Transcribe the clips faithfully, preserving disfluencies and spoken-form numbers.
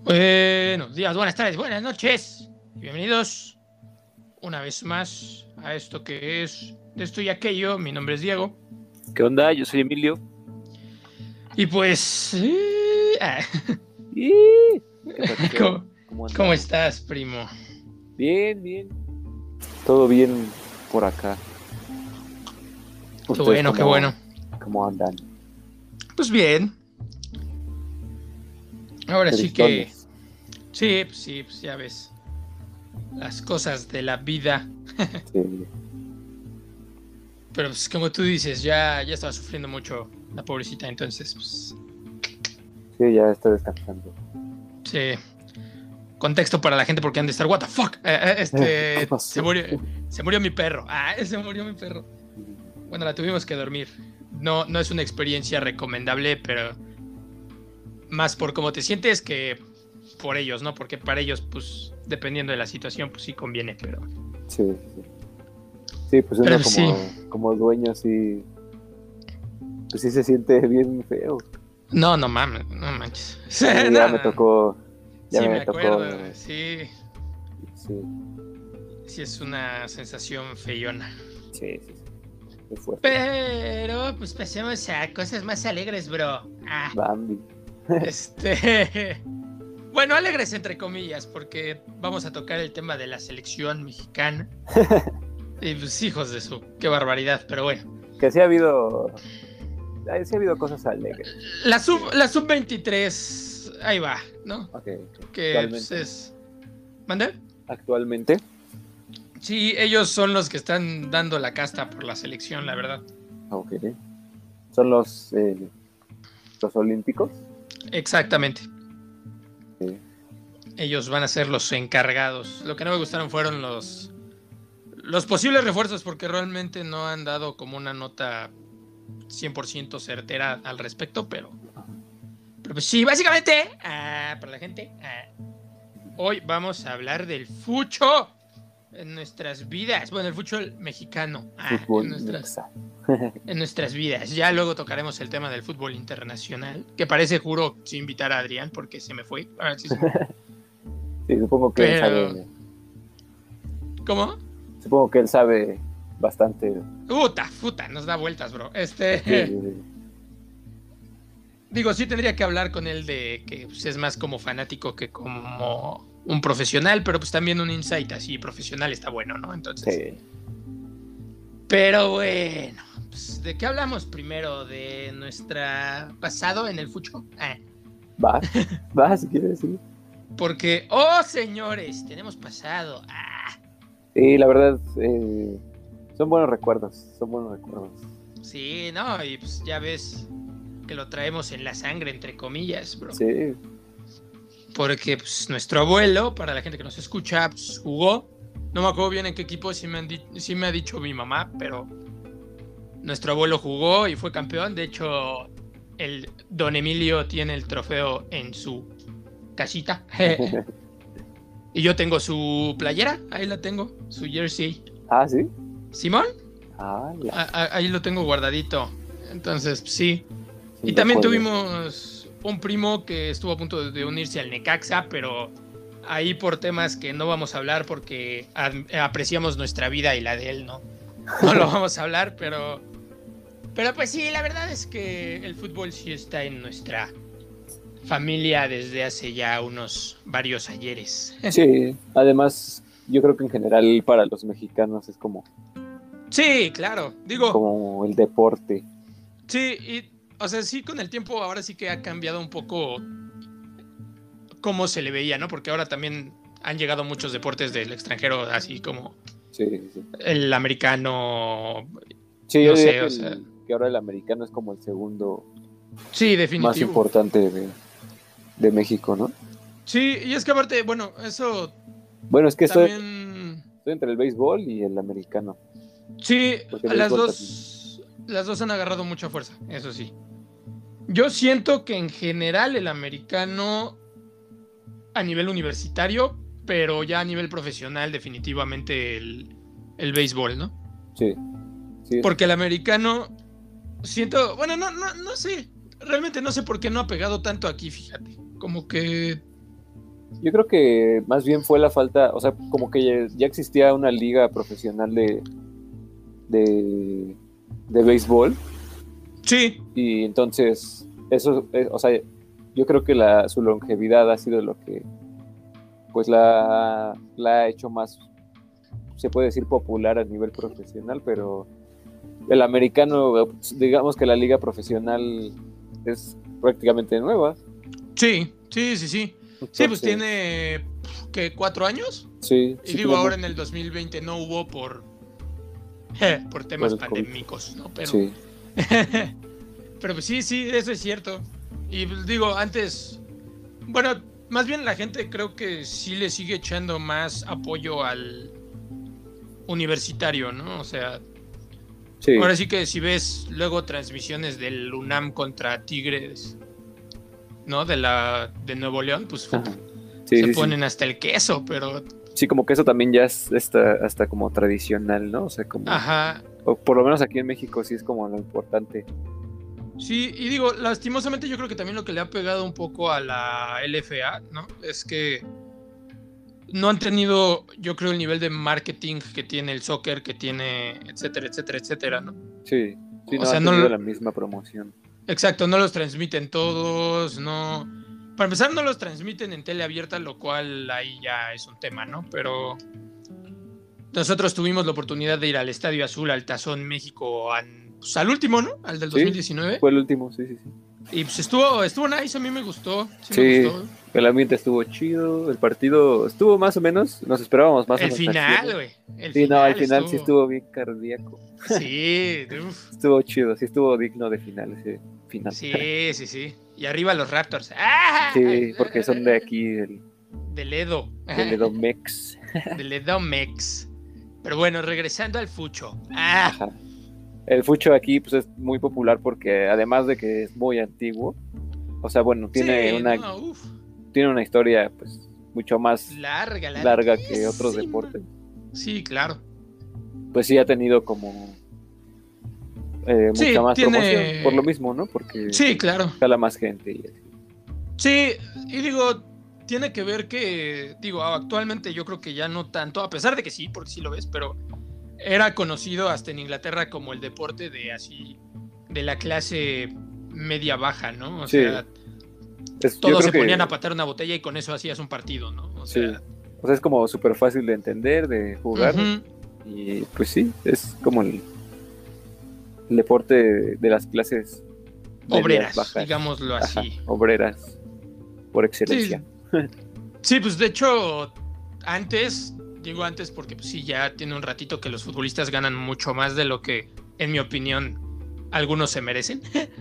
Buenos días, buenas tardes, buenas noches. Bienvenidos una vez más a esto que es de esto y aquello. Mi nombre es Diego. ¿Qué onda? Yo soy Emilio. Y pues... eh, ah, ¿Y? ¿Qué pasó? ¿Cómo, ¿Cómo andas? ¿Cómo estás, primo? Bien, bien. Todo bien por acá. Qué ¿Ustedes bueno, cómo, qué bueno. ¿Cómo andan? Pues bien. Ahora sí que... Tristones. Sí, pues sí, pues ya ves. Las cosas de la vida. Sí. Pero pues como tú dices, ya, ya estaba sufriendo mucho la pobrecita, entonces pues... Sí, ya estoy descansando. Sí. Contexto para la gente porque han de estar, what the fuck. Eh, eh, este, ¿Qué pasó? se murió, se murió mi perro. Ah, se murió mi perro. Bueno, la tuvimos que dormir. No, no es una experiencia recomendable, pero más por cómo te sientes que por ellos, ¿no? Porque para ellos, pues, dependiendo de la situación, pues sí conviene, pero... Sí, sí. Sí, pues uno Pero como, sí. como dueño sí, pues sí se siente bien feo. No, no mames, no manches. Sí, No, ya no. me tocó, ya Sí, me, me tocó. acuerdo. Sí, Sí, sí es una sensación feyona. sí, sí, sí. Qué fuerte. Pero, pues pasemos a cosas más alegres, bro. Ah, Bambi. este... Bueno, alegres entre comillas, porque vamos a tocar el tema de la selección mexicana. Y pues hijos de su, qué barbaridad, pero bueno. Que sí ha habido, ay, sí ha habido cosas alegres. La sub, la sub veintitrés, ahí va, ¿no? Ok, ok. Que pues, es... ¿Mande? Actualmente. Sí, ellos son los que están dando la casta por la selección, la verdad. Ok. Son los, eh, los olímpicos. Exactamente. Sí. Ellos van a ser los encargados. Lo que no me gustaron fueron los, los posibles refuerzos, porque realmente no han dado como una nota cien por ciento certera al respecto, pero, pero pues sí, básicamente, ah, para la gente, ah, hoy vamos a hablar del fucho en nuestras vidas. Bueno, el fucho mexicano. Ah, Fútbol en, nuestras, mexa. en nuestras vidas. Ya luego tocaremos el tema del fútbol internacional, que parece, juro, sin invitar a Adrián, porque se me fue. Ah, sí, se me fue. Sí, supongo que Pero... él sabe. ¿Cómo? Supongo que él sabe bastante. Puta, puta, nos da vueltas, bro. Este... Sí, sí, sí. Digo, sí tendría que hablar con él de que pues, es más como fanático que como un profesional, pero pues también un insight así profesional está bueno, ¿no? Entonces... Sí. Pero bueno, pues, ¿de qué hablamos primero? ¿De nuestra pasado en el fucho? Ah, Vas, vas, si quieres, sí. porque, oh señores, tenemos pasado. Ah, Sí, la verdad, eh, son buenos recuerdos. Son buenos recuerdos. sí, no, y pues ya ves que lo traemos en la sangre, entre comillas, bro. Sí, Porque pues, nuestro abuelo, para la gente que nos escucha, pues, jugó. No me acuerdo bien en qué equipo, sí me, han di- sí me ha dicho mi mamá, pero nuestro abuelo jugó y fue campeón. De hecho, el don Emilio tiene el trofeo en su casita. Y yo tengo su playera, ahí la tengo, su jersey. ah, sí. ¿Simón? Ah, la... A- a- ahí lo tengo guardadito. Entonces, sí. sí, Y también recuerdo. tuvimos un primo que estuvo a punto de unirse al Necaxa, pero ahí por temas que no vamos a hablar porque ad- apreciamos nuestra vida y la de él, ¿no? No lo vamos a hablar, pero... Pero pues sí, la verdad es que el fútbol sí está en nuestra familia desde hace ya unos varios ayeres. Sí, además, yo creo que en general para los mexicanos es como, Sí, claro. Digo, como el deporte. sí, y, o sea, sí, con el tiempo ahora sí que ha cambiado un poco cómo se le veía, ¿no? Porque ahora también han llegado muchos deportes del extranjero, así como Sí, sí, sí. el americano. Sí, yo No diría sé, que, o el- sea. que ahora el americano es como el segundo Sí, más definitivo. importante de, de México, ¿no? Sí, y es que aparte, bueno, eso Bueno, es que estoy, también. estoy entre el béisbol y el americano. Sí, Porque el las béisbol dos. Las dos han agarrado mucha fuerza, eso sí. Yo siento que en general el americano a nivel universitario, pero ya a nivel profesional, definitivamente el, el béisbol, ¿no? Sí, sí. Porque el americano, siento, bueno, no, no, no sé, realmente no sé por qué no ha pegado tanto aquí, fíjate. Como que Yo creo que más bien fue la falta, o sea, como que ya, ya existía una liga profesional de, de, de béisbol. Sí. Y entonces, eso, eh, o sea, yo creo que la, su longevidad ha sido lo que, pues, la, la ha hecho más, se puede decir, popular a nivel profesional, pero el americano, digamos que la liga profesional es prácticamente nueva. Sí, sí, sí, sí. Entonces, sí, pues tiene, ¿qué? ¿Cuatro años? Sí. Y sí digo, tenemos... ahora en el dos mil veinte no hubo por, eh, por temas por pandémicos, ¿no? Pero, sí. pero pues sí, sí, eso es cierto. Y pues, digo, antes, bueno, más bien la gente creo que sí le sigue echando más apoyo al universitario, ¿no? O sea, sí. ahora sí que si ves luego transmisiones del UNAM contra Tigres, ¿no? De la de Nuevo León, pues sí, se sí, ponen sí. hasta el queso, pero... Sí, como que eso también ya es hasta, hasta como tradicional, ¿no? O sea, como... Ajá. O por lo menos aquí en México sí es como lo importante. Sí, y digo, lastimosamente yo creo que también lo que le ha pegado un poco a la L F A, ¿no? Es que no han tenido, yo creo, el nivel de marketing que tiene el soccer, que tiene, etcétera, etcétera, etcétera, ¿no? Sí, sí, o no sea, han no tenido lo... la misma promoción. Exacto, no los transmiten todos, no... Para empezar, no los transmiten en tele abierta, lo cual ahí ya es un tema, ¿no? Pero nosotros tuvimos la oportunidad de ir al Estadio Azul, al Tazón México, an... pues, al último, ¿no? Al del Sí, dos mil diecinueve. Fue el último, sí, sí, sí. Y pues estuvo, estuvo nice, a mí me gustó. Sí, Sí, me gustó. El ambiente estuvo chido, el partido estuvo más o menos, nos esperábamos más El o menos. final, güey. El Sí, final no, al final estuvo... sí estuvo bien cardíaco. Sí, uf. Estuvo chido, sí estuvo digno de final ese final. Sí, sí, sí. Y arriba los Raptors. ¡Ah! Sí, porque son de aquí, del, del Edo. del Edomex. Del Edomex. Pero bueno, regresando al fucho. ¡Ah! Ajá. El fucho aquí pues es muy popular porque además de que es muy antiguo, o sea, bueno, tiene sí, una no, uf. tiene una historia pues mucho más larga, larga que otros deportes. Sí, claro. Pues sí ha tenido como eh, mucha sí, más tiene... promoción por lo mismo, ¿no? Porque sí, claro. jala más gente y así. Sí, y digo, tiene que ver que, digo, actualmente yo creo que ya no tanto, a pesar de que sí, porque sí lo ves, pero era conocido hasta en Inglaterra como el deporte de así, de la clase media baja, ¿no? O sí. sea, es, todos se que... ponían a patear una botella y con eso hacías un partido, ¿no? O sea, sí. O sea, es como súper fácil de entender, de jugar. Uh-huh. Y pues sí, es como el, el deporte de, de las clases obreras, bajas. Digámoslo así. Ajá, obreras, por excelencia. Sí. sí, pues de hecho, antes, digo antes porque pues sí, ya tiene un ratito que los futbolistas ganan mucho más de lo que, en mi opinión, algunos se merecen.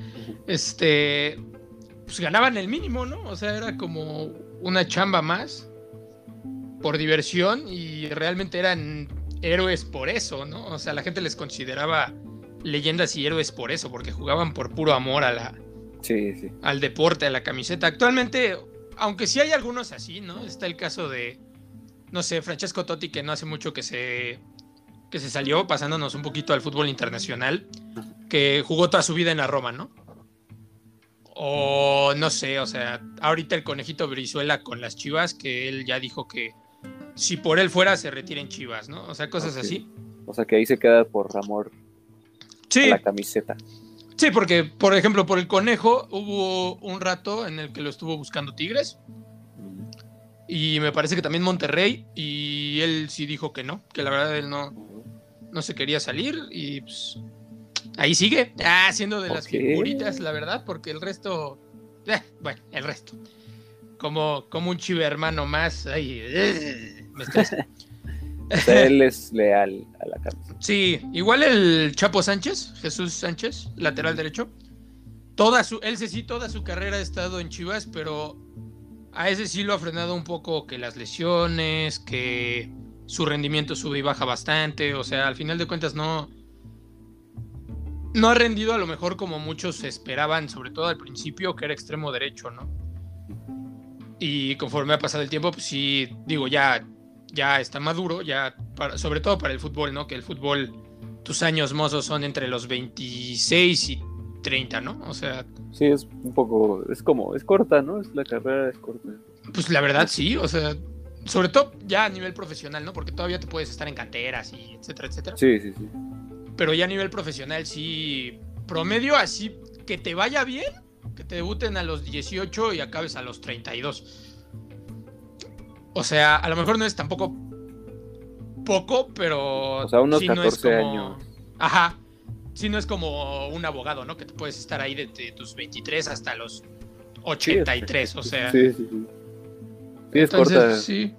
este, pues ganaban el mínimo, ¿no? O sea, era como una chamba más por diversión y realmente eran héroes por eso, ¿no? O sea, la gente les consideraba leyendas y héroes por eso, porque jugaban por puro amor a la, sí, sí. al deporte, a la camiseta. Actualmente, aunque sí hay algunos así, ¿no? Está el caso de, no sé, Francesco Totti, que no hace mucho que se, que se salió, pasándonos un poquito al fútbol internacional, que jugó toda su vida en la Roma, ¿no? O no sé, o sea, ahorita el conejito Brizuela con las Chivas, que él ya dijo que si por él fuera se retiren Chivas, ¿no? O sea, cosas okay. así. O sea, que ahí se queda por amor sí. a la camiseta. Sí, porque, por ejemplo, por el conejo hubo un rato en el que lo estuvo buscando Tigres. Mm. Y me parece que también Monterrey. Y él sí dijo que no, que la verdad él no, no se quería salir. Y pues ahí sigue, ah, siendo de okay. las figuritas, la verdad, porque el resto, eh, bueno, el resto. Como, como un chivo hermano más, ay, eh, me estresa. O sea, él es leal a la camiseta. Sí, igual el Chapo Sánchez, Jesús Sánchez, lateral derecho. Toda su, él sí, toda su carrera ha estado en Chivas, pero a ese sí lo ha frenado un poco que las lesiones, que su rendimiento sube y baja bastante. O sea, al final de cuentas no, no ha rendido a lo mejor como muchos esperaban, sobre todo al principio, que era extremo derecho, ¿no? Y conforme ha pasado el tiempo, pues sí, digo, ya... ya está maduro, ya para, sobre todo para el fútbol, ¿no? Que el fútbol, tus años mozos son entre los veintiséis y treinta, ¿no? O sea... Sí, es un poco, es como, es corta, ¿no? Es la carrera es corta. Pues la verdad sí, o sea, sobre todo ya a nivel profesional, ¿no? Porque todavía te puedes estar en canteras y etcétera, etcétera. Sí, sí, sí. Pero ya a nivel profesional sí, promedio así, que te vaya bien, que te debuten a los dieciocho y acabes a los treinta y dos. O sea, a lo mejor no es tampoco poco, pero O sea, unos sí no es catorce como... años. Ajá, sí no es como un abogado, ¿no? Que te puedes estar ahí desde tus veintitrés hasta los ochenta y tres, o sea... Sí, sí, sí. Sí, es Entonces, corta. sí.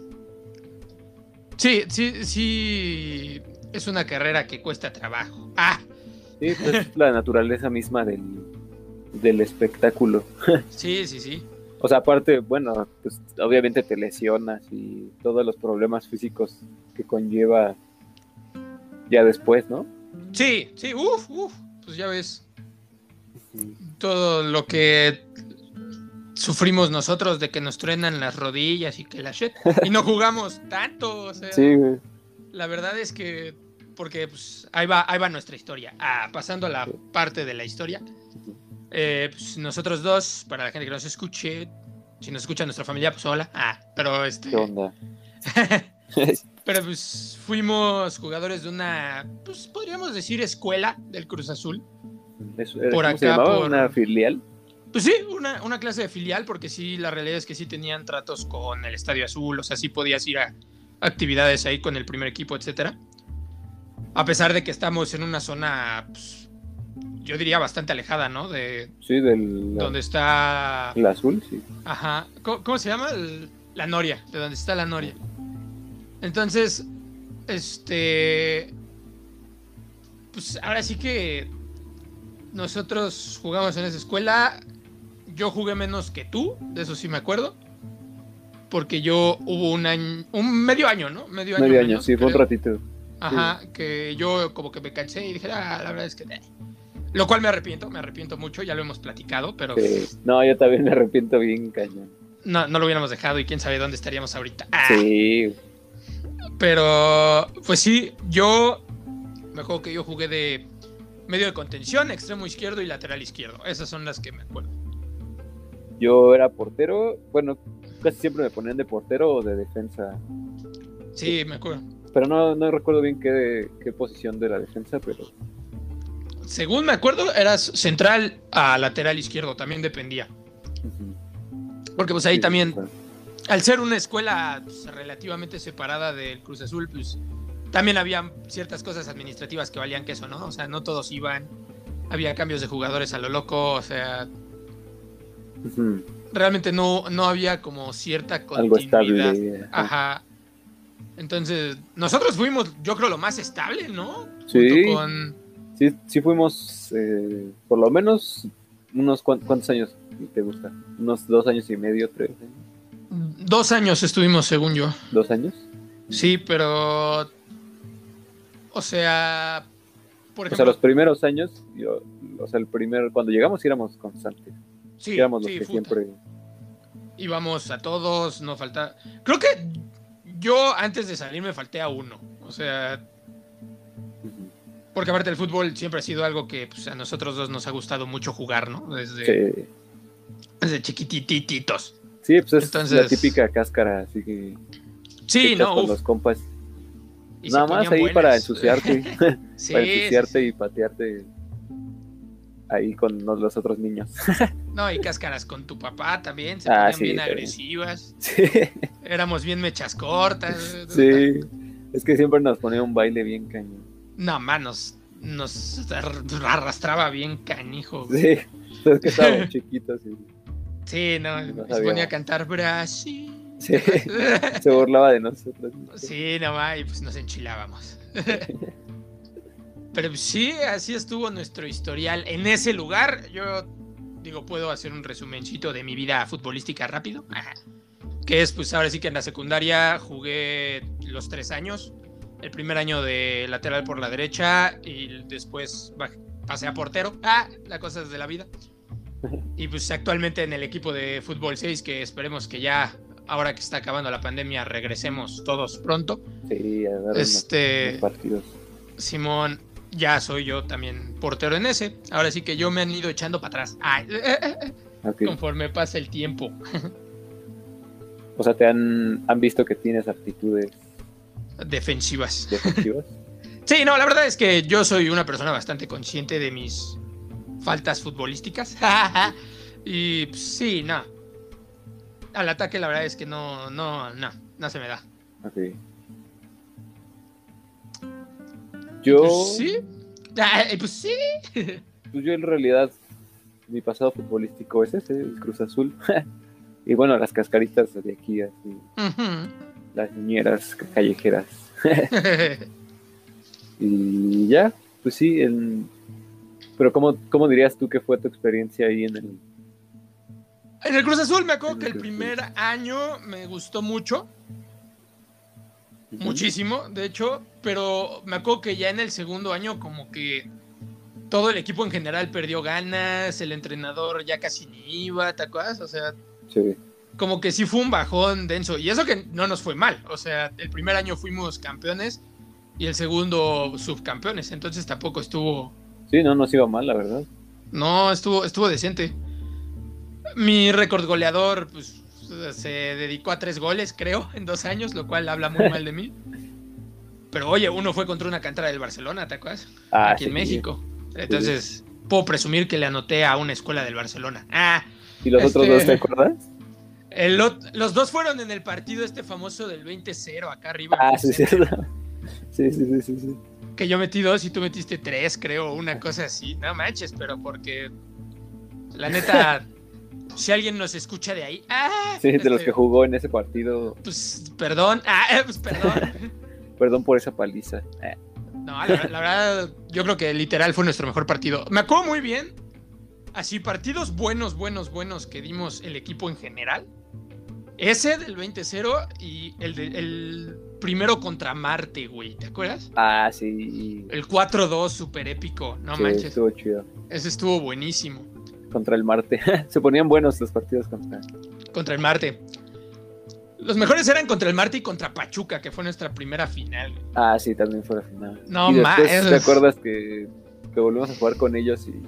Sí, sí, sí. Es una carrera que cuesta trabajo. ¡Ah! Sí, pues es la naturaleza misma del, del espectáculo. Sí, sí, sí. O sea, aparte, bueno, pues obviamente te lesionas y todos los problemas físicos que conlleva ya después, ¿no? Sí, sí, uff, uff. Pues ya ves todo lo que sufrimos nosotros de que nos truenan las rodillas y que la shit. Y no jugamos tanto, o sea. Sí, güey. La verdad es que, porque pues, ahí va, ahí va nuestra historia. Ah, pasando a la parte de la historia. Eh, pues, nosotros dos, para la gente que nos escuche, si nos escucha nuestra familia, pues hola. Ah, pero este. ¿Qué onda? Pero pues fuimos jugadores de una, pues podríamos decir, escuela del Cruz Azul. Eso, Por ¿cómo acá, se llamaba? por- ¿Una filial? Pues sí, una, una clase de filial, porque sí, la realidad es que sí tenían tratos con el Estadio Azul, o sea, sí podías ir a actividades ahí con el primer equipo, etcétera. A pesar de que estamos en una zona, pues, yo diría bastante alejada, ¿no? De Sí, del donde está... el azul, sí. Ajá. ¿Cómo, cómo se llama? El- la Noria, de donde está la Noria. Entonces, este... Pues ahora sí que nosotros jugamos en esa escuela. Yo jugué menos que tú, de eso sí me acuerdo. Porque yo hubo un año, un medio año, ¿no? Medio año. Medio año, menos, sí, fue un creo. ratito. Ajá, que yo como que me cansé y dije, ah, la verdad es que... eh". Lo cual me arrepiento, me arrepiento mucho, ya lo hemos platicado, pero Sí. No, yo también me arrepiento bien, cañón. no, no lo hubiéramos dejado y quién sabe dónde estaríamos ahorita. Ah, Sí, pero, pues sí, yo me acuerdo que yo jugué de medio de contención, extremo izquierdo y lateral izquierdo. Esas son las que me acuerdo. yo era portero, bueno, casi siempre me ponían de portero o de defensa, Sí, me acuerdo. pero no, no recuerdo bien qué, qué posición de la defensa, pero Según me acuerdo, eras central a lateral izquierdo, también dependía. ujú. Porque pues ahí Sí, también, sí, al ser una escuela pues, relativamente separada del Cruz Azul, pues también había ciertas cosas administrativas que valían queso, ¿no? O sea, no todos iban, había cambios de jugadores a lo loco, o sea, ujú. realmente no, no había como cierta Algo continuidad. estable. ajá. Ajá. Entonces, nosotros fuimos, yo creo, lo más estable, ¿no? Sí. Junto con... Sí, sí fuimos eh, por lo menos unos cuan- cuántos años te gusta, unos dos años y medio, tres años, Dos años estuvimos, según yo. dos años. Sí, pero... O sea... Por O sea, ejemplo... los primeros años, yo, o sea, el primer, cuando llegamos sí éramos constantes, sí, sí éramos los sí, que futa. siempre. Íbamos a todos, no falta... Creo que yo antes de salir me falté a uno. O sea... Ujú. Porque aparte el fútbol siempre ha sido algo que pues, a nosotros dos nos ha gustado mucho jugar, ¿no? Desde, Sí. desde chiquitititos. Sí, pues es Entonces- la típica cáscara, así que Sí, echas no, con uf, los compas. y Nada se más ponían ahí buenas. para ensuciarte, Sí, para sí, ensuciarte sí. y patearte ahí con los, los otros niños. No, y cáscaras con tu papá también, se Ah, ponían sí, bien también. agresivas. Sí, Éramos bien mechas cortas. sí, es que siempre nos ponía un baile bien cañón. No, manos, nos arrastraba bien canijo. Sí, es que estábamos chiquitos y Sí, no, No se sabíamos. ponía a cantar Brasil. sí, se burlaba de nosotros. Sí, nomás, y pues nos enchilábamos. Pero sí, así estuvo nuestro historial en ese lugar. Yo digo, puedo hacer un resumencito de mi vida futbolística rápido. Ajá. Que es, pues ahora sí que en la secundaria jugué los tres años. El primer año de lateral por la derecha y después baj- pasé a portero. Ah, las cosas de la vida. Y pues actualmente en el equipo de fútbol seis, que esperemos que ya, ahora que está acabando la pandemia, regresemos todos pronto. Sí, a dar Este- unos, unos partidos. Simón, ya soy yo también portero en ese. Ahora sí que yo me han ido echando para atrás. Ay, eh, eh, eh, Ok. conforme pasa el tiempo. O sea, ¿te han, han visto que tienes aptitudes defensivas. defensivas? Sí, no, la verdad es que yo soy una persona bastante consciente de mis faltas futbolísticas. Y pues, sí, no. Al ataque la verdad es que no, no, no, no se me da. Ok. Yo... Pues sí. Ah, pues sí. Pues yo en realidad, mi pasado futbolístico es ese, el Cruz Azul. Y bueno, las cascaritas de aquí, así, Uh-huh. las niñeras callejeras. Y ya, pues sí, el... pero ¿cómo, ¿cómo dirías tú que fue tu experiencia ahí en el... En el Cruz Azul me acuerdo En que el el Cruz primer Azul. año me gustó mucho, Ujú. muchísimo, de hecho, pero me acuerdo que ya en el segundo año como que todo el equipo en general perdió ganas, el entrenador ya casi ni iba, ¿te acuerdas? O sea, Sí, como que sí fue un bajón denso, y eso que no nos fue mal, o sea, el primer año fuimos campeones y el segundo subcampeones, entonces tampoco estuvo, sí, no nos iba mal, la verdad. no, estuvo, estuvo decente. Mi récord goleador, pues, se dedicó a tres goles, creo, en dos años, lo cual habla muy mal de mí. Pero oye, uno fue contra una cantera del Barcelona, ¿te acuerdas? Ah, Aquí sí, en México. Entonces, puedo presumir que le anoté a una escuela del Barcelona. Ah, ¿y los otros este, dos te acuerdas? el ot- los dos fueron en el partido este famoso del veinte cero, acá arriba en Ah, Food sí, sí, Center, sí, sí, sí, sí, sí. que yo metí dos y tú metiste tres, creo, una cosa así. No manches, pero porque, la neta, si alguien nos escucha de ahí, ah, Sí, de los este, que jugó en ese partido, pues perdón, ah, eh, pues perdón. perdón por esa paliza. Eh, No, la, la verdad, yo creo que literal fue nuestro mejor partido. Me acuerdo muy bien, así partidos buenos, buenos, buenos que dimos el equipo en general. Ese del veinte cero y el, de, el primero contra Marte, güey, ¿te acuerdas? Ah, sí. El cuatro dos, súper épico, no Sí, manches. estuvo chido. Ese estuvo buenísimo. Contra el Marte. Se ponían buenos los partidos contra... Contra el Marte. Los mejores eran contra el Marte y contra Pachuca, que fue nuestra primera final. Ah, sí, también fue la final. No, y después, ma- ¿te acuerdas que, que volvimos a jugar con ellos y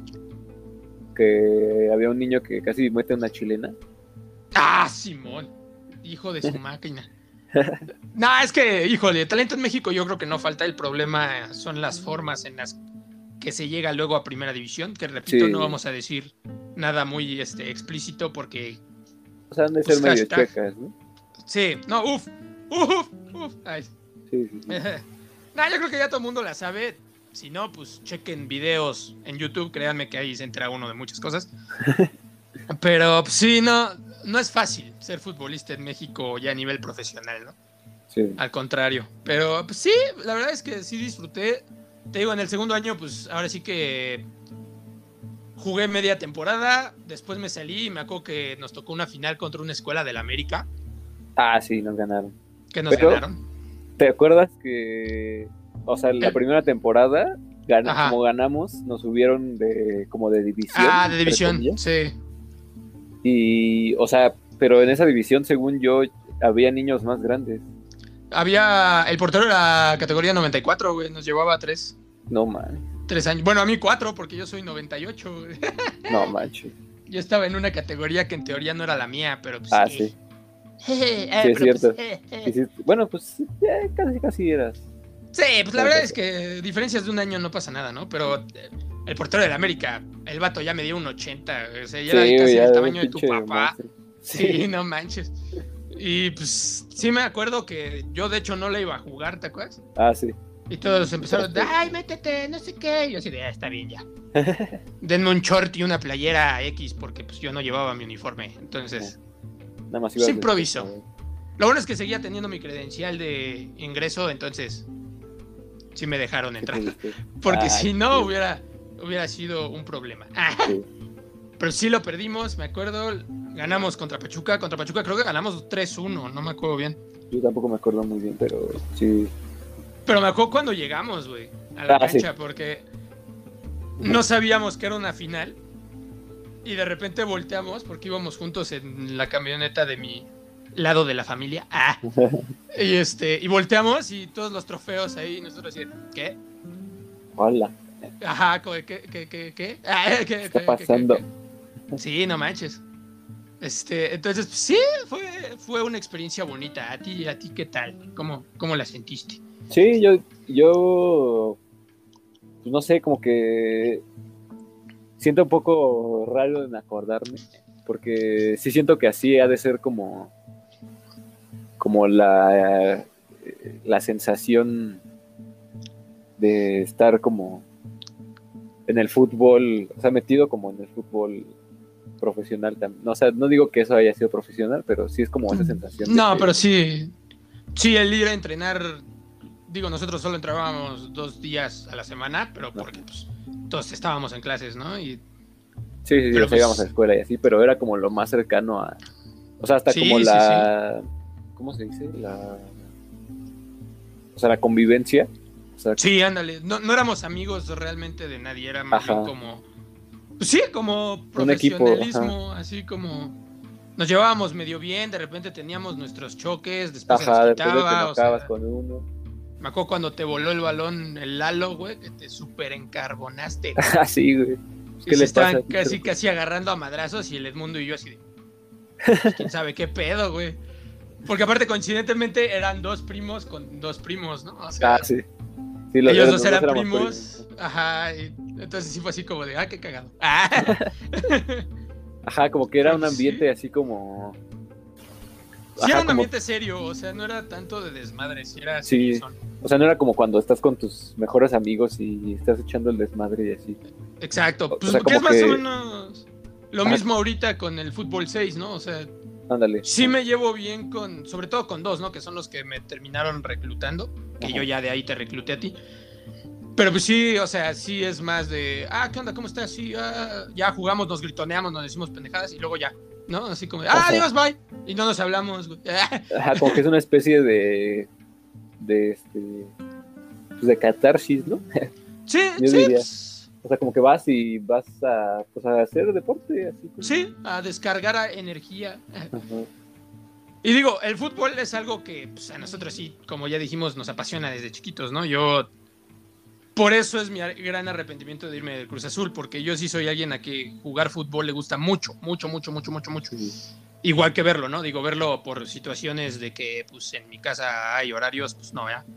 que había un niño que casi mete una chilena? Ah, Simón, hijo de su máquina. No, es que, híjole, talento en México yo creo que no falta. El problema son las formas en las que se llega luego a primera división, que repito, Sí. no vamos a decir nada muy este, explícito porque... O sea, han de Pues ser medio hashtag. chuecas, ¿no? Sí, no, uff, uff, uff. Ay. Sí, sí, sí. No, yo creo que ya todo el mundo la sabe. Si no, pues chequen videos en YouTube, créanme que ahí se entera uno de muchas cosas. Pero pues, sí, no, no es fácil ser futbolista en México ya a nivel profesional, ¿no? Sí. Al contrario. Pero pues, sí, la verdad es que sí disfruté. Te digo, en el segundo año, pues ahora sí que jugué media temporada. Después me salí y me acuerdo que nos tocó una final contra una escuela del América. Ah, sí, nos ganaron. Que nos Pero- ganaron. ¿Te acuerdas que, o sea, la El- primera temporada, gan- Ajá. como ganamos, nos subieron de como de división? Ah, de entre división, comillas? sí. Y, o sea, pero en esa división, según yo, había niños más grandes. Había. El portero era categoría noventa y cuatro, güey. Nos llevaba tres, No man, tres años. Bueno, a mí cuatro, porque yo soy noventa y ocho, güey. no manches. Yo estaba en una categoría que en teoría no era la mía, pero pues. Ah, eh. sí. Eh, Sí, es pero, pues, cierto. eh, eh. Y sí, bueno, pues ya casi, casi eras. Sí, pues la verdad es que diferencias de un año no pasa nada, ¿no? Pero eh, el portero del América, el vato ya me dio un ochenta, o sea, ya Sí, era casi ya, el un tamaño de tu pinche papá. monstruo. Sí, no manches. Y pues sí me acuerdo que yo de hecho no le iba a jugar, ¿te acuerdas? Ah, sí. Y todos empezaron, ay, métete, no sé qué. Y yo así de, ah, está bien ya. Denme un short y una playera X porque pues yo no llevaba mi uniforme. Entonces, Nada más Se ibas improvisó. de- lo bueno es que seguía teniendo mi credencial de ingreso, entonces sí me dejaron ¿Qué entrar. pudiste? Porque Ah, si no, sí, hubiera, hubiera sido un problema. sí. Pero sí lo perdimos, me acuerdo. Ganamos contra Pachuca. Contra Pachuca creo que ganamos tres uno, no me acuerdo bien. Yo tampoco me acuerdo muy bien, pero sí. Pero me acuerdo cuando llegamos, güey, a la Ah, cancha, sí. porque no sabíamos que era una final. Y de repente volteamos, porque íbamos juntos en la camioneta de mi lado de la familia. Ah. Y este, y volteamos y todos los trofeos ahí, y nosotros así, ¿qué? Hola, Ajá, como de, ¿qué, qué, qué, qué? Ah, ¿qué, ¿qué está qué, qué, pasando? qué, qué? Sí, no manches. Este, entonces, sí, fue, fue una experiencia bonita. ¿A ti, a ti qué tal? ¿Cómo, cómo la sentiste? Sí, yo, yo, pues no sé, como que siento un poco raro en acordarme, porque sí siento que así ha de ser como, como la, la sensación de estar como en el fútbol, o sea, metido como en el fútbol profesional también. No, o sea, no digo que eso haya sido profesional, pero sí es como esa sensación. No, de que... pero sí, sí, el ir a entrenar, digo, nosotros solo entrenábamos dos días a la semana, pero porque pues, todos estábamos en clases, ¿no? Y, sí, sí, sí, o sea, pues, íbamos a la escuela y así, pero era como lo más cercano a, o sea, hasta sí, como sí, la, sí. ¿Cómo se dice? La, o sea, la convivencia. O sea, sí, ándale, no, no éramos amigos realmente de nadie, era más bien como, pues sí, como profesionalismo, equipo, así como nos llevábamos medio bien, de repente teníamos nuestros choques, después ajá, se nos quitaba, después te enojabas o sea, con uno. Me acuerdo cuando te voló el balón el Lalo, güey, que te súper encarbonaste. Ah, sí, güey. ¿Qué y le se estaban pasa? casi, casi agarrando a madrazos y el Edmundo y yo así de... Pues, quién sabe qué pedo, güey. Porque aparte, coincidentemente, eran dos primos con dos primos, ¿no? O sea, ah, sí. sí los, ellos dos eran dos primos. primos. Ajá, y entonces sí fue así como de, ah, qué cagado. Ah. Ajá, como que era un ambiente sí. así como... Sí, Ajá, era un como... ambiente serio, o sea, no era tanto de desmadre, sí era sí. Son. O sea, no era como cuando estás con tus mejores amigos y estás echando el desmadre y así. Exacto, pues o sea, porque es más que... o menos lo Ajá. mismo ahorita con el fútbol seis, ¿no? O sea, ándale. Sí me llevo bien con, sobre todo con dos, ¿no? Que son los que me terminaron reclutando, que Ajá. yo ya de ahí te recluté a ti. Pero pues sí, o sea, sí es más de, ah, ¿qué onda? ¿Cómo estás? Sí, ah, ya jugamos, nos gritoneamos, nos decimos pendejadas y luego ya, ¿no? Así como, ah, adiós, bye. Y no nos hablamos, güey. Ajá, como que es una especie de, de este, pues de catarsis, ¿no? Sí, yo sí. diría. Pues... O sea, como que vas y vas a, pues, a hacer deporte, así. Como... Sí, a descargar a energía. Ajá. Y digo, el fútbol es algo que pues, a nosotros sí, como ya dijimos, nos apasiona desde chiquitos, ¿no? Yo, por eso es mi gran arrepentimiento de irme del Cruz Azul, porque yo sí soy alguien a que jugar fútbol le gusta mucho, mucho, mucho, mucho, mucho, mucho. Sí. Igual que verlo, ¿no? Digo, verlo por situaciones de que, pues, en mi casa hay horarios, pues no, ¿ya?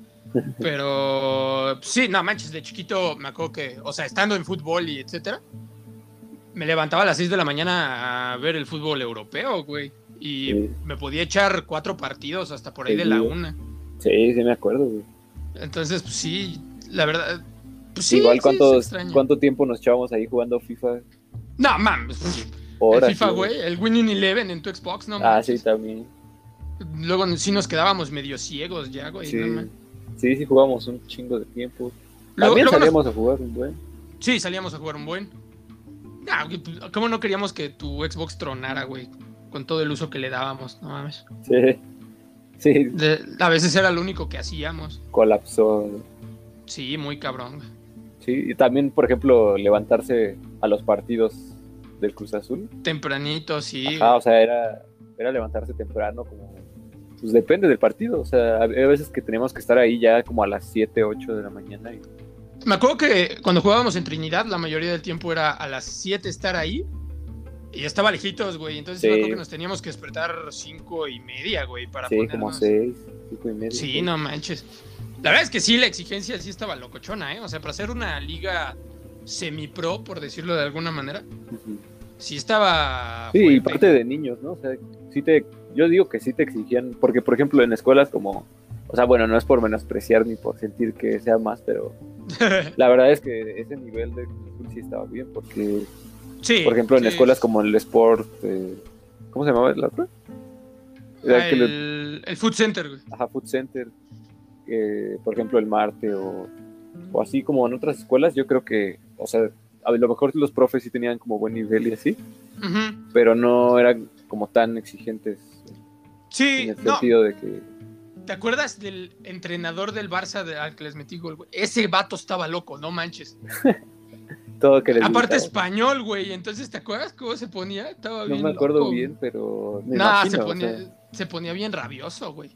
Pero sí, no manches, de chiquito me acuerdo que, o sea, estando en fútbol y etcétera, me levantaba a las seis de la mañana a ver el fútbol europeo, güey. Y sí. me podía echar cuatro partidos hasta por ahí sí, de la una. Sí, sí me acuerdo, güey. Entonces, pues sí, la verdad, pues sí. Igual, ¿cuánto, sí, ¿cuánto tiempo nos echábamos ahí jugando FIFA? No, mames. El FIFA, güey, el Winning Eleven en tu Xbox, no mames. Ah, sí, también. Luego sí nos quedábamos medio ciegos ya, güey. Sí. No, Sí, sí, jugamos un chingo de tiempo. Luego, También luego salíamos nos... a jugar un buen. Sí, salíamos a jugar un buen. Nah, ¿cómo no queríamos que tu Xbox tronara, güey? Con todo el uso que le dábamos, no mames. Sí, sí. De, a veces era lo único que hacíamos. Colapsó. Sí, muy cabrón, güey. Sí, y también, por ejemplo, levantarse a los partidos del Cruz Azul. Tempranito, sí. Ajá, o sea, era, era levantarse temprano como... Pues depende del partido, o sea, hay veces que tenemos que estar ahí ya como a las siete, ocho de la mañana. Y... Me acuerdo que cuando jugábamos en Trinidad, la mayoría del tiempo era a las siete estar ahí y estaba lejitos, güey. Entonces sí. me acuerdo que nos teníamos que despertar cinco y media, güey, para sí, ponernos... como seis, cinco y media. Sí, sí, no manches. La verdad es que sí, la exigencia sí estaba locochona, ¿eh? O sea, para hacer una liga semi-pro, por decirlo de alguna manera, uh-huh. sí estaba... Sí, fuerte. Y parte de niños, ¿no? O sea, sí te... Yo digo que sí te exigían, porque por ejemplo en escuelas como, o sea, bueno, no es por menospreciar ni por sentir que sea más, pero la verdad es que ese nivel de fútbol sí estaba bien, porque, sí, por ejemplo, en sí. escuelas como el Sport, eh, ¿cómo se llamaba la otra? Ah, el, le... el Food Center, güey. Ajá, Food Center, eh, por ejemplo, el Marte, o, o así como en otras escuelas, yo creo que, o sea, a lo mejor los profes sí tenían como buen nivel y así, uh-huh. pero no eran como tan exigentes. Sí, en el sentido no. de que... ¿Te acuerdas del entrenador del Barça de, al que les metí gol, güey? Ese vato estaba loco, no manches. Todo que les Aparte gustaba. Español, güey. Entonces, ¿te acuerdas cómo se ponía? Estaba bien. No me acuerdo loco, bien, pero me no, imagino, se ponía, o sea... se ponía bien rabioso, güey.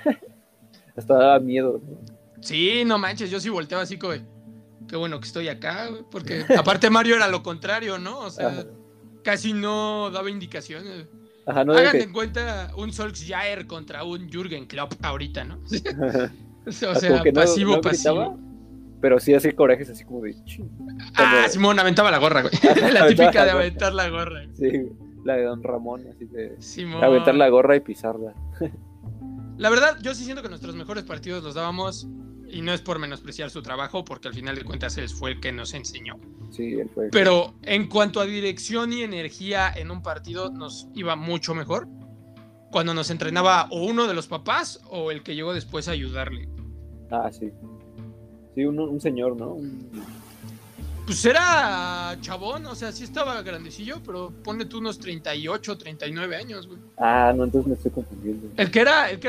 Hasta daba miedo, ¿no? Sí, no manches, yo sí volteaba así como, qué bueno que estoy acá, güey, porque aparte Mario era lo contrario, ¿no? O sea, Ajá. casi no daba indicaciones. Ajá, no Hagan que... en cuenta un Solskjaer contra un Jürgen Klopp ahorita, ¿no? O sea, como que no, pasivo, no gritaba, pasivo. pero sí hacía corajes así como de... Ching. Ah, Cuando... Simón aventaba la gorra, güey. Ajá, La aventaba típica la de gorra. aventar la gorra. Sí, la de Don Ramón, así de Simón. aventar la gorra y pisarla. La verdad, yo sí siento que nuestros mejores partidos los dábamos, y no es por menospreciar su trabajo, porque al final de cuentas él fue el que nos enseñó. Sí, él fue. Pero en cuanto a dirección y energía en un partido, nos iba mucho mejor cuando nos entrenaba o uno de los papás o el que llegó después a ayudarle. Ah, sí. Sí, un, un señor, ¿no? Un... Pues era chabón, o sea, sí estaba grandecillo, pero ponle tú unos treinta y ocho, treinta y nueve años, güey. Ah, no, entonces me estoy confundiendo. El que era, el que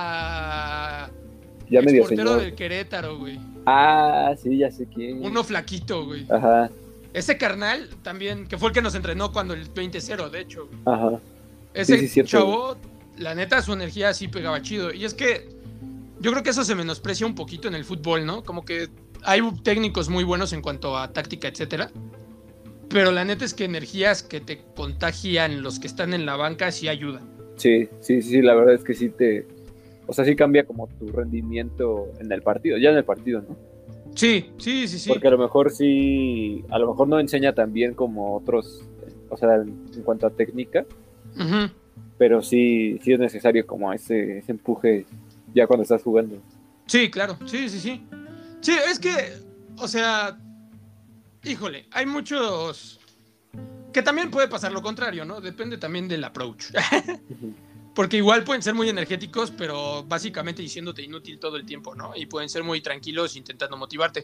era ya medio portero señor. del Querétaro, güey. Ah, sí, ya sé quién. Uno flaquito, güey. Ajá. Ese carnal también, que fue el que nos entrenó cuando el veinte cero, de hecho. Ajá. Ese sí, sí, chavo, la neta, su energía sí pegaba chido. Y es que yo creo que eso se menosprecia un poquito en el fútbol, ¿no? Como que hay técnicos muy buenos en cuanto a táctica, etcétera. Pero la neta es que energías que te contagian los que están en la banca sí ayudan. Sí, sí, sí, la verdad es que sí te... O sea, sí cambia como tu rendimiento en el partido, ya en el partido, ¿no? Sí, sí, sí, sí. Porque a lo mejor sí, a lo mejor no enseña tan bien como otros, o sea, en cuanto a técnica, uh-huh. pero sí, sí es necesario como ese, ese empuje ya cuando estás jugando. Sí, claro, sí, sí, sí. Sí, es que, o sea, híjole, hay muchos que también puede pasar lo contrario, ¿no? Depende también del approach. Uh-huh. Porque igual pueden ser muy energéticos, pero básicamente diciéndote inútil todo el tiempo, ¿no? Y pueden ser muy tranquilos intentando motivarte.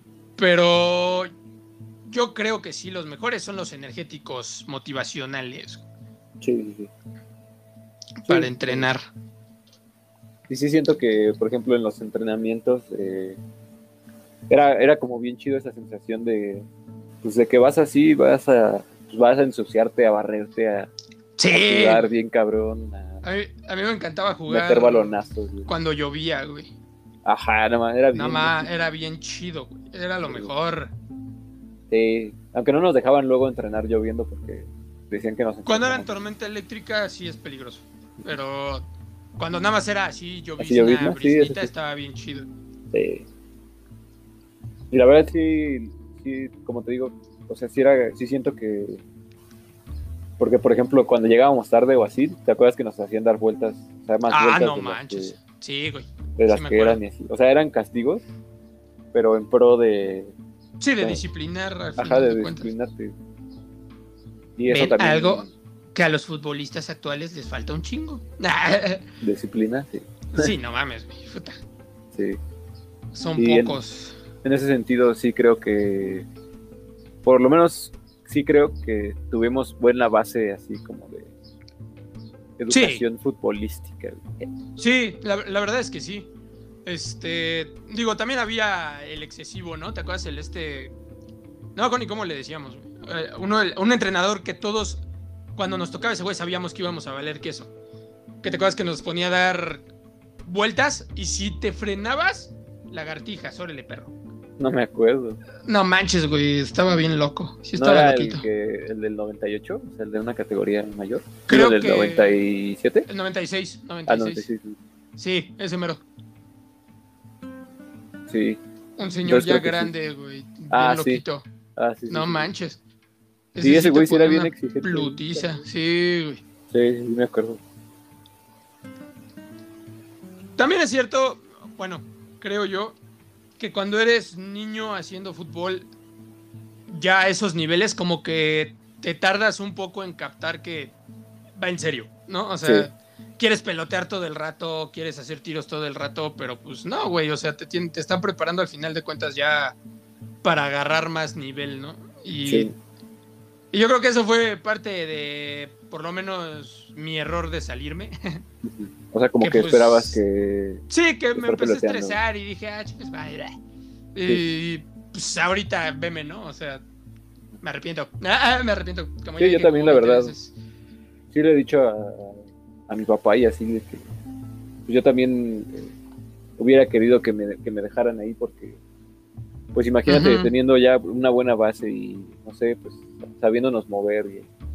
Pero yo creo que sí, los mejores son los energéticos motivacionales. Sí, sí, sí. Para sí, entrenar. Y sí, sí siento que, por ejemplo, en los entrenamientos eh, era, era como bien chido esa sensación de, pues, de que vas así, vas a, pues, vas a ensuciarte, a barrerte, a, sí. a jugar bien cabrón. A, A mí, a mí me encantaba jugar. Meter balonazos, güey. Cuando llovía, güey. Ajá, nada más, era bien. Nada más, era bien chido, güey. Era lo sí. mejor. Sí, aunque no nos dejaban luego entrenar lloviendo porque decían que nos... Cuando era en tormenta eléctrica sí es peligroso. Pero cuando nada más era así, llovizna, así llovizna, brisnita, sí, estaba bien chido. Sí. Y la verdad sí, sí, como te digo, o sea, sí, era, sí siento que... Porque, por ejemplo, cuando llegábamos tarde o así, ¿te acuerdas que nos hacían dar vueltas? O sea, más ah, vueltas no de manches. Las que, sí, güey. de las sí que eran y así. O sea, eran castigos, pero en pro de... Sí, de o sea, disciplinar al ajá, final de, de disciplinarte. Y eso ¿ven también... algo que a los futbolistas actuales les falta un chingo? Disciplina, sí. Sí, no mames, güey. Puta. Sí. Son y pocos. En, en ese sentido, sí creo que... Por lo menos, sí creo que tuvimos buena base así como de educación sí. futbolística. Sí, la, la verdad es que sí. Este, digo, también había el excesivo, ¿no? ¿Te acuerdas el este? No, ni cómo le decíamos, güey. Uno, un entrenador que todos, cuando nos tocaba ese güey, sabíamos que íbamos a valer queso. Que te acuerdas que nos ponía a dar vueltas y si te frenabas, lagartijas, órale, perro. No me acuerdo. No manches, güey, estaba bien loco. Sí estaba ¿No era loquito. El, que, el del noventa y ocho? O sea, el de una categoría mayor. Creo ¿El del que... noventa y siete? El noventa y seis. noventa y seis. Ah, noventa y seis. Sí, ese mero. Sí. Un señor ya grande, güey. Sí. Bien ah, loquito. Sí. Ah, sí, sí. No sí. manches. Ese sí, ese güey sí era bien exigente. Plutiza, sí, güey. Sí, sí, me acuerdo. También es cierto, bueno, creo yo, que cuando eres niño haciendo fútbol, ya a esos niveles como que te tardas un poco en captar que va en serio, ¿no? O sea, sí. Quieres pelotear todo el rato, quieres hacer tiros todo el rato, pero pues no, güey, o sea, te, tienen, te están preparando al final de cuentas ya para agarrar más nivel, ¿no? Y, sí. y yo creo que eso fue parte de, por lo menos, mi error de salirme. O sea, como que, que pues, esperabas que... Sí, que me empecé a estresar y dije, ah, chicos, vaya. Sí. Y pues ahorita veme, ¿no? O sea, me arrepiento. Ah, me arrepiento. Como sí, yo también, la verdad. Veces. Sí le he dicho a, a mi papá y así de que pues yo también eh, hubiera querido que me, que me dejaran ahí porque, pues imagínate, uh-huh. teniendo ya una buena base y, no sé, pues sabiéndonos mover y,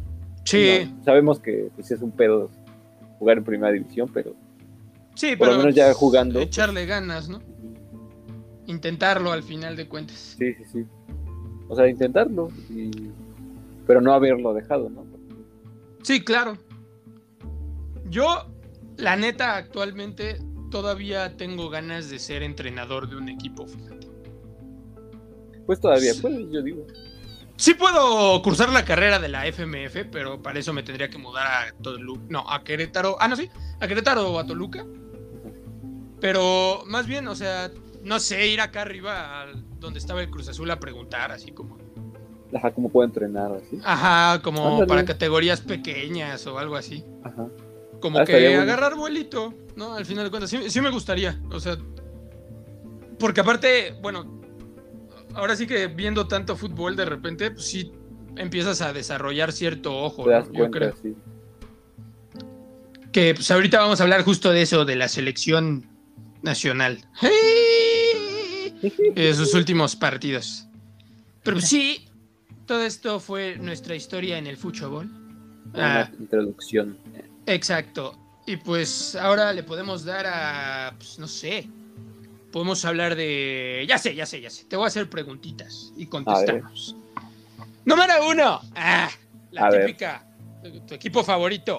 Sí. No, sabemos que pues, es un pedo jugar en primera división, pero sí, por pero lo menos ya jugando. Echarle ganas, ¿no? Intentarlo al final de cuentas. Sí, sí, sí. O sea, intentarlo, y... pero no haberlo dejado, ¿no? Sí, claro. Yo, la neta, actualmente todavía tengo ganas de ser entrenador de un equipo, fíjate. Pues todavía puedes, yo digo. Sí puedo cursar la carrera de la F M F, pero para eso me tendría que mudar a Toluca. No, a Querétaro. Ah, no, sí. A Querétaro o a Toluca. Pero más bien, o sea, no sé, ir acá arriba a donde estaba el Cruz Azul a preguntar, así como. Ajá, ¿cómo puedo entrenar así? Ajá, como Ándale. para categorías pequeñas o algo así. Ajá. Como Ah, que estaría bueno. agarrar vuelito, ¿no? Al final de cuentas, sí, sí me gustaría. O sea, porque aparte, bueno, ahora sí que viendo tanto fútbol de repente, pues sí empiezas a desarrollar cierto ojo, Te das ¿no? Yo cuenta, creo. sí. Que pues ahorita vamos a hablar justo de eso, de la selección nacional. De sus últimos partidos. Pero pues, sí, todo esto fue nuestra historia en el fútbol. Una Ah, introducción. exacto. Y pues ahora le podemos dar a, pues no sé, podemos hablar de... Ya sé, ya sé, ya sé. Te voy a hacer preguntitas y contestamos. Número uno. Ah, la A típica. Ver. Tu equipo favorito.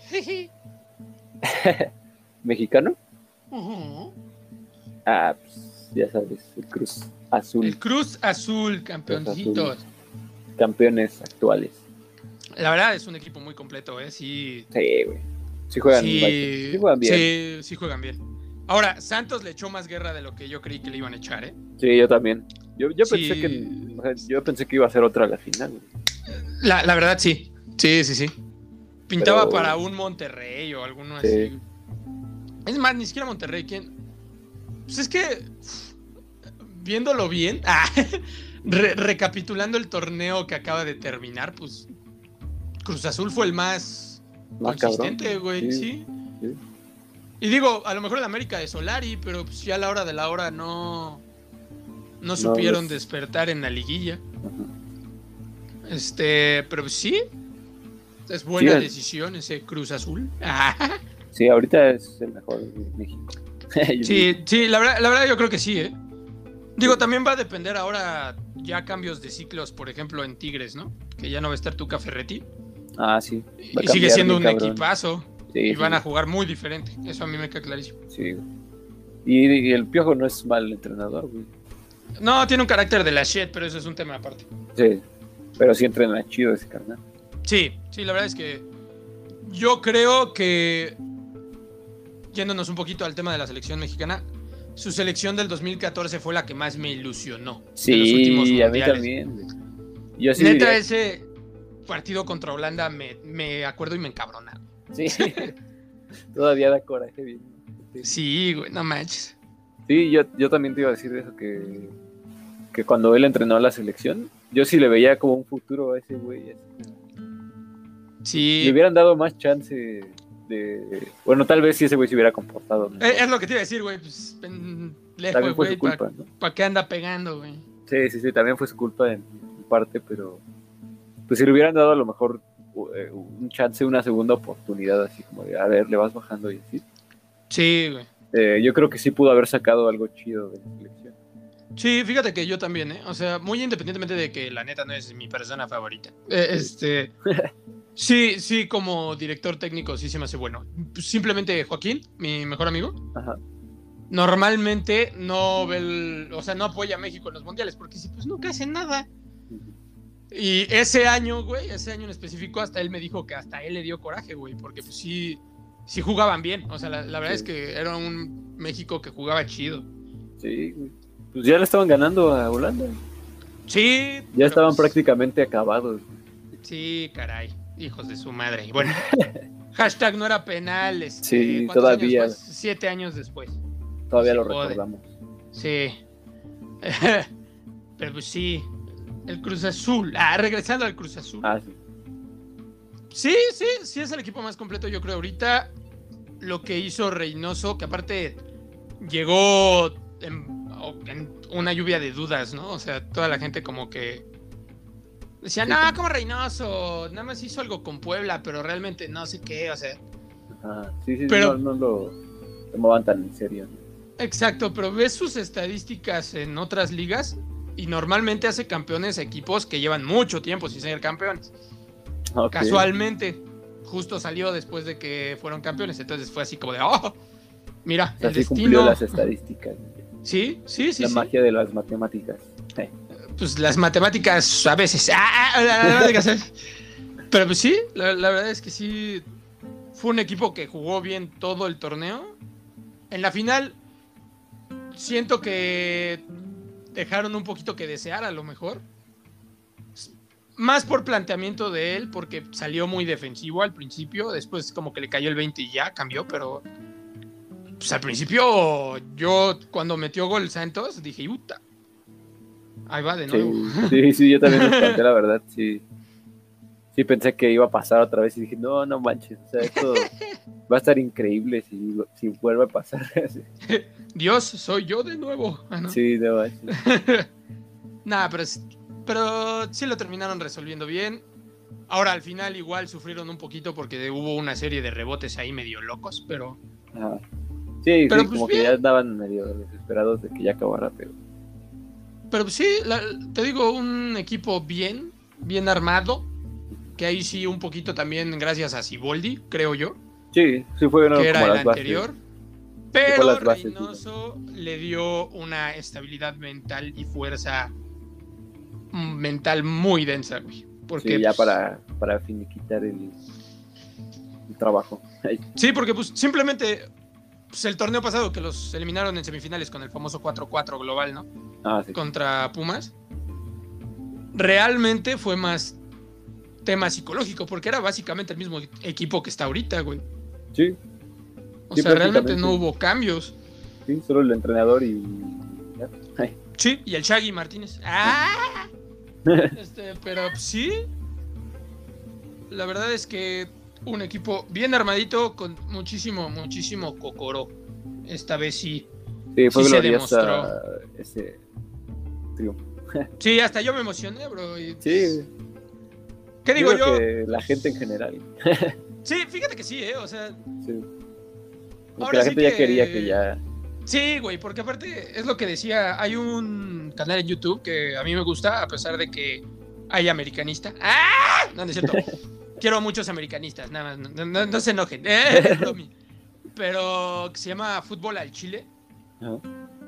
¿Mexicano? Uh-huh. Ah, pues ya sabes, el Cruz Azul. El Cruz Azul, campeoncitos. Azul. Campeones actuales. La verdad es un equipo muy completo, ¿eh? Sí. Sí, güey. Sí juegan, sí, sí juegan bien. Sí, sí juegan bien. Ahora, Santos le echó más guerra de lo que yo creí que le iban a echar, ¿eh? Sí, yo también. Yo, yo sí. pensé que o sea, yo pensé que iba a ser otra la final. Güey. La, la verdad, sí. Sí, sí, sí. Pintaba Pero... para un Monterrey o alguno sí. así. Es más, ni siquiera Monterrey. ¿Quién? Pues es que, viéndolo bien, ah, re recapitulando el torneo que acaba de terminar, pues Cruz Azul fue el más, más consistente, güey, sí, sí. sí. Y digo, a lo mejor el América de Solari, pero pues ya a la hora de la hora no, no supieron no, pues... despertar en la liguilla. Uh-huh. Este, pero pues, sí, es buena sí, decisión ese Cruz Azul. Sí, ahorita es el mejor de México. Sí, sí, la verdad, la verdad yo creo que sí, ¿eh? Digo, también va a depender ahora ya cambios de ciclos, por ejemplo, en Tigres, ¿no? Que ya no va a estar Tuca Ferretti. Ah, sí. Y sigue siendo un cabrón. equipazo. Sí, y sí. van a jugar muy diferente. Eso a mí me queda clarísimo. Sí. Y, y el Piojo no es mal entrenador, güey. No, tiene un carácter de la shit, pero eso es un tema aparte. Sí. Pero sí entrena chido ese carnal. Sí, sí, la verdad es que yo creo que, yéndonos un poquito al tema de la selección mexicana, su selección del dos mil catorce fue la que más me ilusionó. Sí, de los últimos a mí mundiales. también. Yo sí Neta, diría... ese partido contra Holanda me, me acuerdo y me encabronaba. Sí, todavía da coraje bien. Sí, güey, no manches. Sí, yo, yo también te iba a decir eso, que, que cuando él entrenó a la selección, yo sí le veía como un futuro a ese güey. Así. Sí. Le hubieran dado más chance de... Bueno, tal vez si ese güey se hubiera comportado. ¿No? Es, es lo que te iba a decir, güey, pues lejos, güey, ¿para ¿no? pa qué anda pegando, güey? Sí, sí, sí, también fue su culpa en, en parte, pero pues si le hubieran dado a lo mejor un chance, una segunda oportunidad, así como de, a ver, le vas bajando y así. Sí, güey. Eh, yo creo que sí pudo haber sacado algo chido de la selección. Sí, fíjate que yo también, ¿eh? O sea, muy independientemente de que la neta no es mi persona favorita. Eh, este... sí, sí, como director técnico sí se me hace bueno. Simplemente Joaquín, mi mejor amigo, Ajá. normalmente no ve el... O sea, no apoya a México en los mundiales porque sí, pues nunca hacen nada. Y ese año, güey, ese año en específico, hasta él me dijo que hasta él le dio coraje, güey, porque pues sí, sí jugaban bien. O sea, la, la verdad sí. es que era un México que jugaba chido. Sí, güey. Pues ya le estaban ganando a Holanda. Sí. Ya estaban pues, prácticamente acabados. Sí, caray, hijos de su madre. Y bueno, hashtag no era penal. Este, sí, todavía. Años Siete años después. Todavía lo jode. recordamos. Sí. Pero pues sí. El Cruz Azul. Ah, regresando al Cruz Azul. Ah, sí. Sí, sí, sí es el equipo más completo, yo creo. Ahorita lo que hizo Reynoso, que aparte llegó en, en una lluvia de dudas, ¿no? O sea, toda la gente como que... Decían, Sí, no, como- como Reynoso, nada más hizo algo con Puebla, pero realmente no sé qué, o sea. Ajá, sí, sí, Pero, no, no lo tomaban tan en serio. exacto, pero ves sus estadísticas en otras ligas y normalmente hace campeones a equipos que llevan mucho tiempo sin ser campeones. Ok. Casualmente, justo salió después de que fueron campeones, entonces fue así como de, oh, mira, O sea, el sí cumplió destino. las estadísticas. Sí, sí, sí, La sí. magia de las matemáticas. Eh, Pues las matemáticas a veces. Ah, ah, las matemáticas. Pero pues sí, la, la verdad es que sí. Fue un equipo que jugó bien todo el torneo. En la final, siento que dejaron un poquito que desear, a lo mejor. Más por planteamiento de él, porque salió muy defensivo al principio. Después, como que le cayó el veinte y ya cambió. Pero pues al principio, yo cuando metió gol Santos, dije, puta, ahí va de nuevo. Sí, sí, sí, yo también me espanté, la verdad, sí. Sí pensé que iba a pasar otra vez y dije, no, no manches, o sea, esto va a estar increíble si, si vuelve a pasar. Sí, Dios, soy yo de nuevo. Ah, ¿no? sí, no manches. Nada, pero, pero sí lo terminaron resolviendo bien. Ahora al final igual sufrieron un poquito porque hubo una serie de rebotes ahí medio locos, pero... Ajá. Sí, Pero sí, pues como bien. que ya andaban medio desesperados de que ya acabara, pero... Pero sí, la, te digo, un equipo bien, bien armado, que ahí sí un poquito también gracias a Siboldi, creo yo, Sí, sí fueron que era como el las bases. anterior. Sí, Pero fue las bases, Reynoso le dio una estabilidad mental y fuerza mental muy densa, güey. Porque, sí, ya pues, para, para finiquitar el, el trabajo. Ay, sí, porque pues simplemente pues, el torneo pasado que los eliminaron en semifinales con el famoso cuatro cuatro global, ¿no? ah, sí. Contra Pumas. Realmente fue más tema psicológico, porque era básicamente el mismo equipo que está ahorita, güey. Sí, O sí, sea, realmente prácticamente. no hubo cambios. Sí, solo el entrenador y... ya. Ay. Sí, y el Shaggy Martínez. ¡Ah! Este, pero sí, la verdad es que un equipo bien armadito con muchísimo, muchísimo cocoró. Esta vez sí. Sí, fue Sí se gloriosa demostró. ese triunfo. Sí, hasta yo me emocioné, bro. Y, Sí, ¿qué digo yo? yo? Que la gente en general. Sí, fíjate que sí, ¿eh? O sea, Sí. Porque ahora la sí gente que... ya quería que ya... Sí, güey, porque aparte es lo que decía, hay un canal en YouTube que a mí me gusta, a pesar de que hay americanista. ¡Ah! No, no es cierto. Quiero a muchos americanistas, nada más, no, no, no se enojen. Eh, bromi. Pero que se llama Fútbol al Chile. Ajá.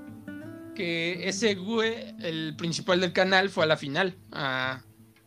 Que ese güey, el principal del canal, fue a la final, a,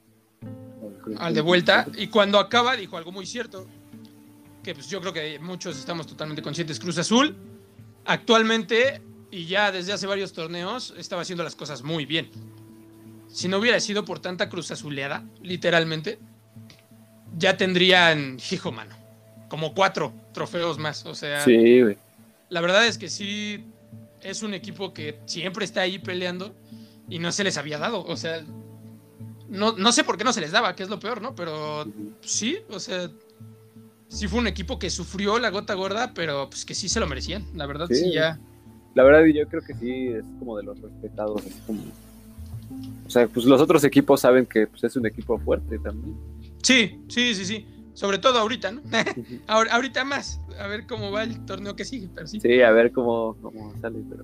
al de vuelta. Y cuando acaba dijo algo muy cierto, que pues yo creo que muchos estamos totalmente conscientes. Cruz Azul actualmente, y ya desde hace varios torneos, estaba haciendo las cosas muy bien. Si no hubiera sido por tanta Cruz Azuleada, literalmente, ya tendrían, hijo mano, como cuatro trofeos más. O sea, Sí, güey. la verdad es que sí es un equipo que siempre está ahí peleando y no se les había dado. O sea, no, no sé por qué no se les daba, que es lo peor, ¿no? Pero sí, o sea, sí fue un equipo que sufrió la gota gorda, pero pues que sí se lo merecían. La verdad, sí, Sí. ya. La verdad, yo creo que sí, es como de los respetados. Es como... O sea, pues los otros equipos saben que pues, es un equipo fuerte también. Sí, sí, sí, sí. Sobre todo ahorita, ¿no? Ahora, ahorita más. A ver cómo va el torneo que sigue, pero sí. Sí, a ver cómo, cómo sale, pero...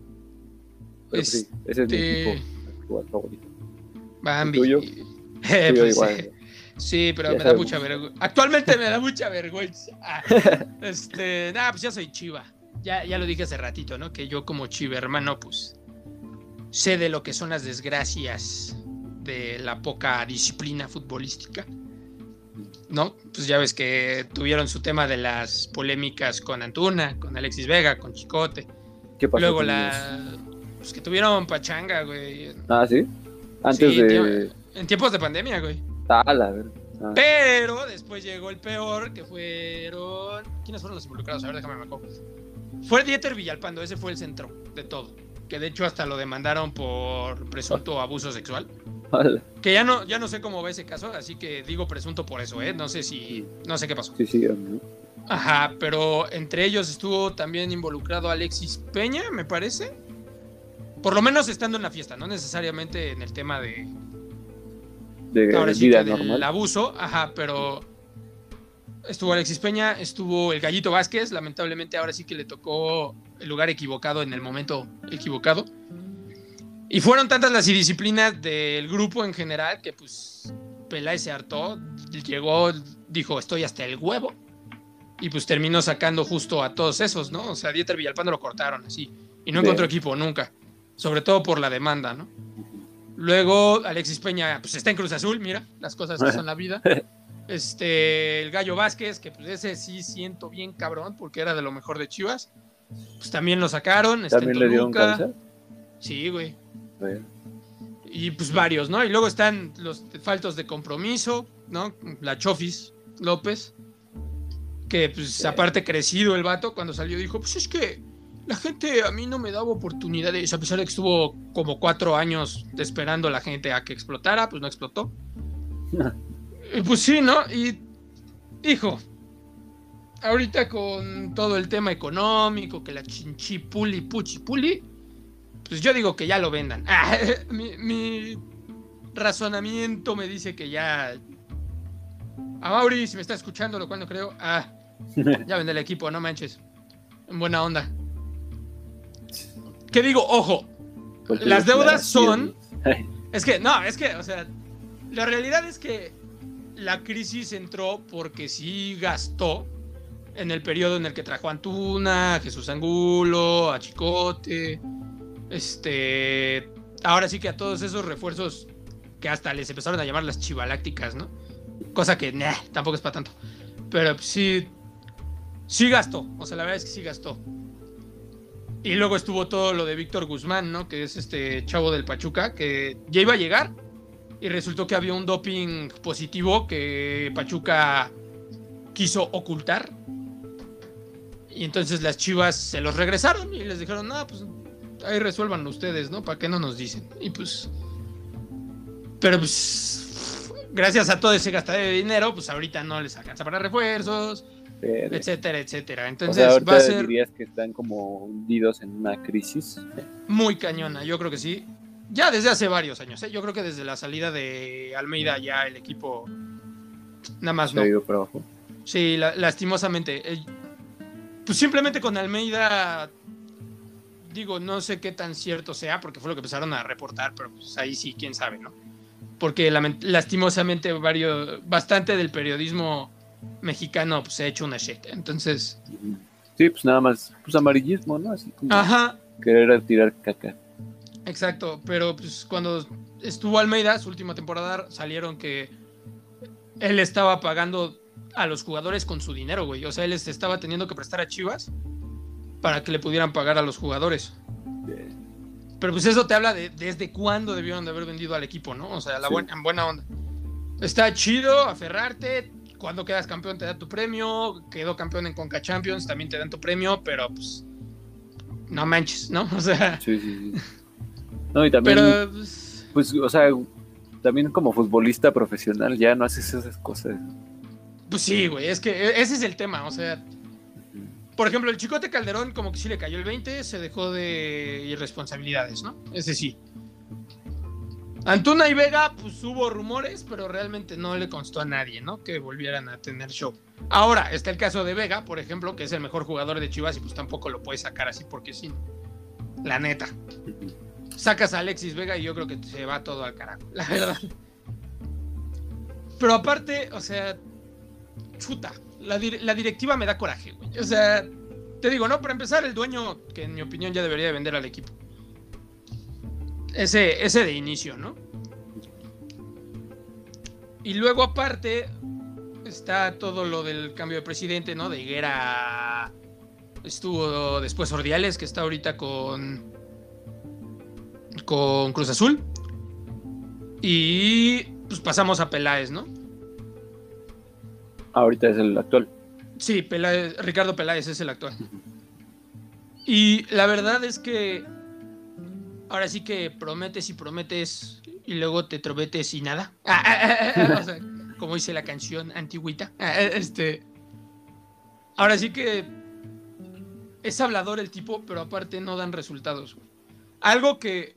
pero Este- sí, ese es mi equipo actual favorito. Bambi. ¿El tuyo? Eh, Tuyo pues, igual. eh, sí, pero Ya me da sabemos. mucha vergüenza. Actualmente me da mucha vergüenza. Ah, este, nada, pues ya soy chiva. Ya, ya lo dije hace ratito, ¿no? Que yo como chiva, hermano, pues sé de lo que son las desgracias de la poca disciplina futbolística. ¿No? Pues ya ves que tuvieron su tema de las polémicas con Antuna, con Alexis Vega, con Chicote. ¿Qué pasó? Luego con la... Pues que tuvieron pachanga, güey. ellos? Ah, ¿sí? Antes Sí, de... tie- en tiempos de pandemia, güey. Ah, la verdad. Ah, Pero después llegó el peor, que fueron... ¿Quiénes fueron los involucrados? A ver, déjame me acuerdo. Fue Dieter Villalpando, ese fue el centro de todo. Que de hecho hasta lo demandaron por presunto abuso sexual. ala. Que ya no, ya no sé cómo va ese caso, así que digo presunto por eso, ¿eh? No sé si... No sé qué pasó. Sí, sí, ¿no? Ajá, pero entre ellos estuvo también involucrado Alexis Peña, me parece. Por lo menos estando en la fiesta, no necesariamente en el tema de... de ahora sí vida que del normal. abuso, ajá, pero estuvo Alexis Peña, estuvo el Gallito Vázquez, lamentablemente ahora sí que le tocó el lugar equivocado en el momento equivocado. Y fueron tantas las indisciplinas del grupo en general que pues Peláez se hartó, llegó, dijo estoy hasta el huevo y pues terminó sacando justo a todos esos, ¿no? O sea, Dieter Villalpando lo cortaron así y no encontró De- equipo nunca, sobre todo por la demanda, ¿no? Luego Alexis Peña pues está en Cruz Azul, mira, las cosas que son la vida. Este, el Gallo Vázquez, que pues ese sí siento bien cabrón porque era de lo mejor de Chivas, pues también lo sacaron, está en ¿También le dieron Toluca. cáncer? Sí, güey. Bueno. Y pues varios, ¿no? Y luego están los faltos de compromiso, ¿no? La Chofis López, que pues Sí. aparte crecido el vato, cuando salió dijo, pues es que la gente a mí no me daba oportunidades, a pesar de que estuvo como cuatro años esperando la gente a que explotara, pues no explotó. Y pues sí, ¿no? Y, hijo, ahorita con todo el tema económico, que la chinchipuli, puchipuli, pues yo digo que ya lo vendan. Ah, mi, mi razonamiento me dice que ya... A Mauri, si me está escuchando, lo cual no creo, ah, ya vende el equipo, no manches. En buena onda. ¿Qué digo? Ojo, Porque las deudas declaraciones. son... Es que, no, es que, o sea, la realidad es que la crisis entró porque sí gastó en el periodo en el que trajo a Antuna, a Jesús Angulo, a Chicote, este... Ahora sí que a todos esos refuerzos que hasta les empezaron a llamar las chivalácticas, ¿no? Cosa que, nah, tampoco es para tanto. Pero sí, sí gastó, o sea, la verdad es que sí gastó. Y luego estuvo todo lo de Víctor Guzmán, ¿no? Que es este chavo del Pachuca, que ya iba a llegar y resultó que había un doping positivo que Pachuca quiso ocultar. Y entonces las Chivas se los regresaron y les dijeron, no, pues ahí resuélvanlo ustedes, ¿no? ¿Para qué no nos dicen? Y pues... Pero pues... Gracias a todo ese gastadero de dinero, pues ahorita no les alcanza para refuerzos, Pero, etcétera, etcétera. o Entonces sea, ahorita va a ser dirías que están como hundidos en una crisis. muy cañona, yo creo que sí. Ya desde hace varios años, ¿eh? Yo creo que desde la salida de Almeida ya el equipo nada más Se no. ha ido para abajo. Sí, la, lastimosamente. Eh, pues simplemente con Almeida, digo, no sé qué tan cierto sea, porque fue lo que empezaron a reportar, pero pues ahí sí, quién sabe, ¿no? Porque lament- lastimosamente varios, bastante del periodismo mexicano pues, se ha hecho una shit. Entonces, Sí, pues nada más, pues amarillismo, ¿no? Así como ajá, querer tirar caca. exacto. Pero pues cuando estuvo Almeida, su última temporada, salieron que él estaba pagando a los jugadores con su dinero, güey. O sea, él les estaba teniendo que prestar a Chivas para que le pudieran pagar a los jugadores. De- Pero pues eso te habla de desde cuándo debieron de haber vendido al equipo, ¿no? O sea, la Sí. buena, en buena onda. Está chido aferrarte. Cuando quedas campeón te da tu premio. Quedó campeón en Conca Champions, también te dan tu premio, pero pues no manches, ¿no? O sea, Sí, sí, sí. No, y también, pero pues, pues, o sea, también como futbolista profesional ya no haces esas cosas. pues sí, güey, es que ese es el tema, o sea, por ejemplo, el Chicote Calderón como que sí le cayó el veinte, se dejó de irresponsabilidades, ¿no? Ese sí. Antuna y Vega, pues hubo rumores, pero realmente no le constó a nadie, ¿no? Que volvieran a tener show. Ahora, está el caso de Vega, por ejemplo, que es el mejor jugador de Chivas y pues tampoco lo puedes sacar así porque sí. La neta. Sacas a Alexis Vega y yo creo que se va todo al carajo, la verdad. Pero aparte, o sea, chuta, la, dir- la directiva me da coraje, güey. O sea, te digo, ¿no? Para empezar, el dueño, que en mi opinión ya debería de vender al equipo. Ese, ese de inicio, ¿no? Y luego aparte está todo lo del cambio de presidente, ¿no? De Higuera estuvo después Ordiales, que está ahorita con con Cruz Azul. Y pues pasamos a Peláez, ¿no? Ahorita es el actual. Sí, Peláez, Ricardo Peláez es el actual. Y la verdad es que ahora sí que prometes y prometes y luego te trometes y nada. Ah, ah, ah, ah, o sea, como dice la canción antigüita. Ah, este, ahora sí que es hablador el tipo, pero aparte no dan resultados. Algo que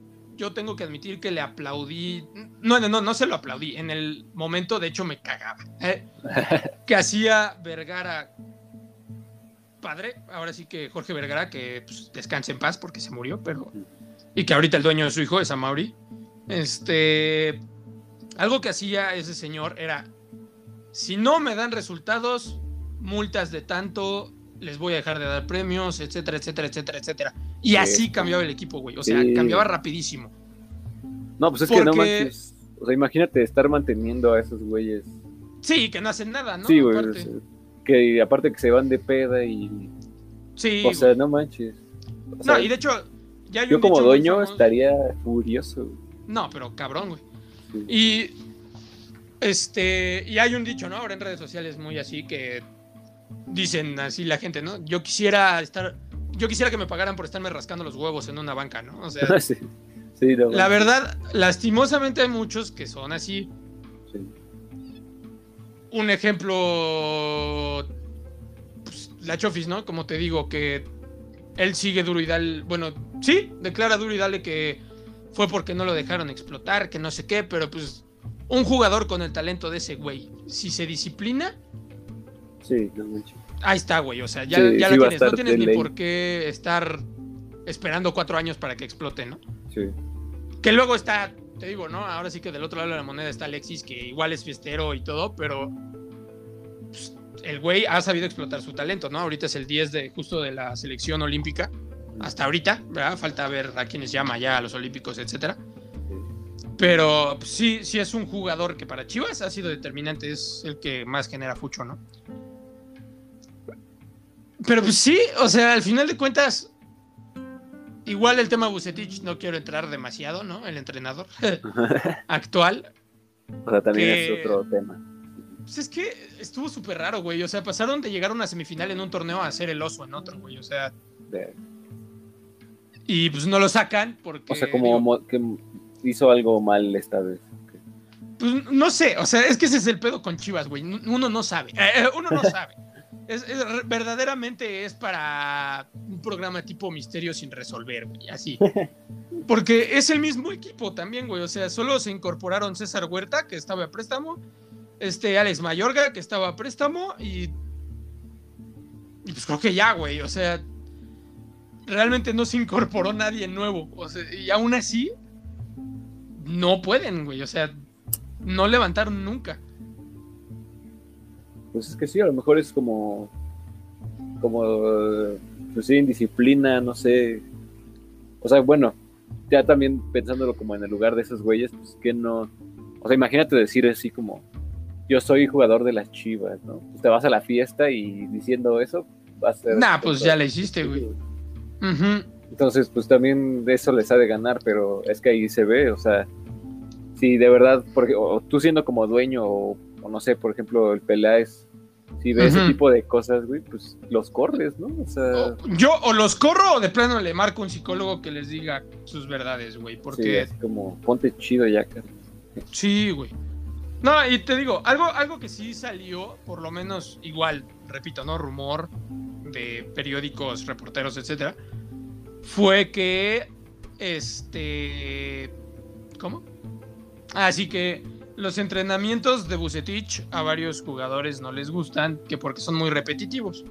yo tengo que admitir que le aplaudí. No, no, no, no se lo aplaudí. En el momento, de hecho, me cagaba. ¿eh? Que hacía Vergara. Padre, ahora sí que Jorge Vergara, que pues, descanse en paz porque se murió, pero. Y que ahorita el dueño de su hijo es Amaury. Este. Algo que hacía ese señor era. Si no me dan resultados, multas de tanto. Les voy a dejar de dar premios, etcétera, etcétera, etcétera, etcétera. Y sí, así cambiaba el equipo, güey. O sea, sí. cambiaba rapidísimo. No, pues es Porque... que no manches. O sea, imagínate estar manteniendo a esos güeyes. Sí, que no hacen nada, ¿no? Sí, güey. Aparte... O sea, que aparte que se van de peda y... Sí, O sea, güey. no manches. O sea, no, y de hecho... Ya hay yo un como dicho dueño estaría furioso, güey. No, pero cabrón, güey. Sí. Y... Este... Y hay un dicho, ¿no? Ahora en redes sociales muy así que... Dicen así la gente, ¿no? Yo quisiera estar, yo quisiera que me pagaran por estarme rascando los huevos en una banca, ¿no? O sea, sí, sí, no, la verdad, lastimosamente hay muchos que son así. Sí. Un ejemplo, pues, la Chofis, ¿no? Como te digo, que él sigue duro y dale, bueno, sí, declara duro y dale que fue porque no lo dejaron explotar, que no sé qué, pero pues un jugador con el talento de ese güey, si se disciplina... Sí, no mucho. Ahí está, güey, o sea, ya, sí, ya sí la tienes, no tienes ni ley. por qué estar esperando cuatro años para que explote, ¿no? Sí. Que luego está, te digo, ¿no? Ahora sí que del otro lado de la moneda está Alexis, que igual es fiestero y todo, pero pues, el güey ha sabido explotar su talento, ¿no? Ahorita es el diez de justo de la selección olímpica, hasta ahorita, ¿verdad? Falta ver a quienes llama ya a los olímpicos, etcétera. Sí. Pero pues, sí, sí es un jugador que para Chivas ha sido determinante, es el que más genera fucho, ¿no? Pero pues sí, o sea, al final de cuentas, igual el tema Vucetich, no quiero entrar demasiado, ¿no? El entrenador actual. O sea, también que, es otro tema. Pues es que estuvo súper raro, güey. O sea, pasaron de llegar a una semifinal en un torneo a hacer el oso en otro, güey. O sea... De... Y pues no lo sacan porque... O sea, como digo, que hizo algo mal esta vez. Okay. Pues no sé, o sea, es que ese es el pedo con Chivas, güey. Uno no sabe. Eh, uno no sabe. Es, es, verdaderamente es para un programa tipo Misterio sin resolver, güey, así. Porque es el mismo equipo también, güey. O sea, solo se incorporaron César Huerta, que estaba a préstamo, este Alex Mayorga, que estaba a préstamo, y, y pues creo que ya, güey. O sea, realmente no se incorporó nadie nuevo. O sea, y aún así, no pueden, güey. O sea, no levantaron nunca. Pues es que sí, a lo mejor es como, como, pues sí, indisciplina, no sé. O sea, bueno, ya también pensándolo como en el lugar de esos güeyes, pues que no, o sea, imagínate decir así como, yo soy jugador de las Chivas, ¿no? Pues te vas a la fiesta y diciendo eso, va a ser... Nah, pues ya le hiciste, güey. Uh-huh. Entonces, pues también de eso les ha de ganar, pero es que ahí se ve, o sea, si de verdad, porque, o tú siendo como dueño, o, o no sé, por ejemplo, el Peláez, si ve uh-huh. ese tipo de cosas, güey, pues los corres, ¿no? O sea... O, yo o los corro o de plano le marco a un psicólogo que les diga sus verdades, güey, porque... Sí, así como, ponte chido ya, cara. Sí, güey. No, y te digo, algo, algo que sí salió, por lo menos igual, repito, ¿no? Rumor de periódicos, reporteros, etcétera, fue que, este... ¿Cómo? Así que... Los entrenamientos de Vucetich a varios jugadores no les gustan, que porque son muy repetitivos.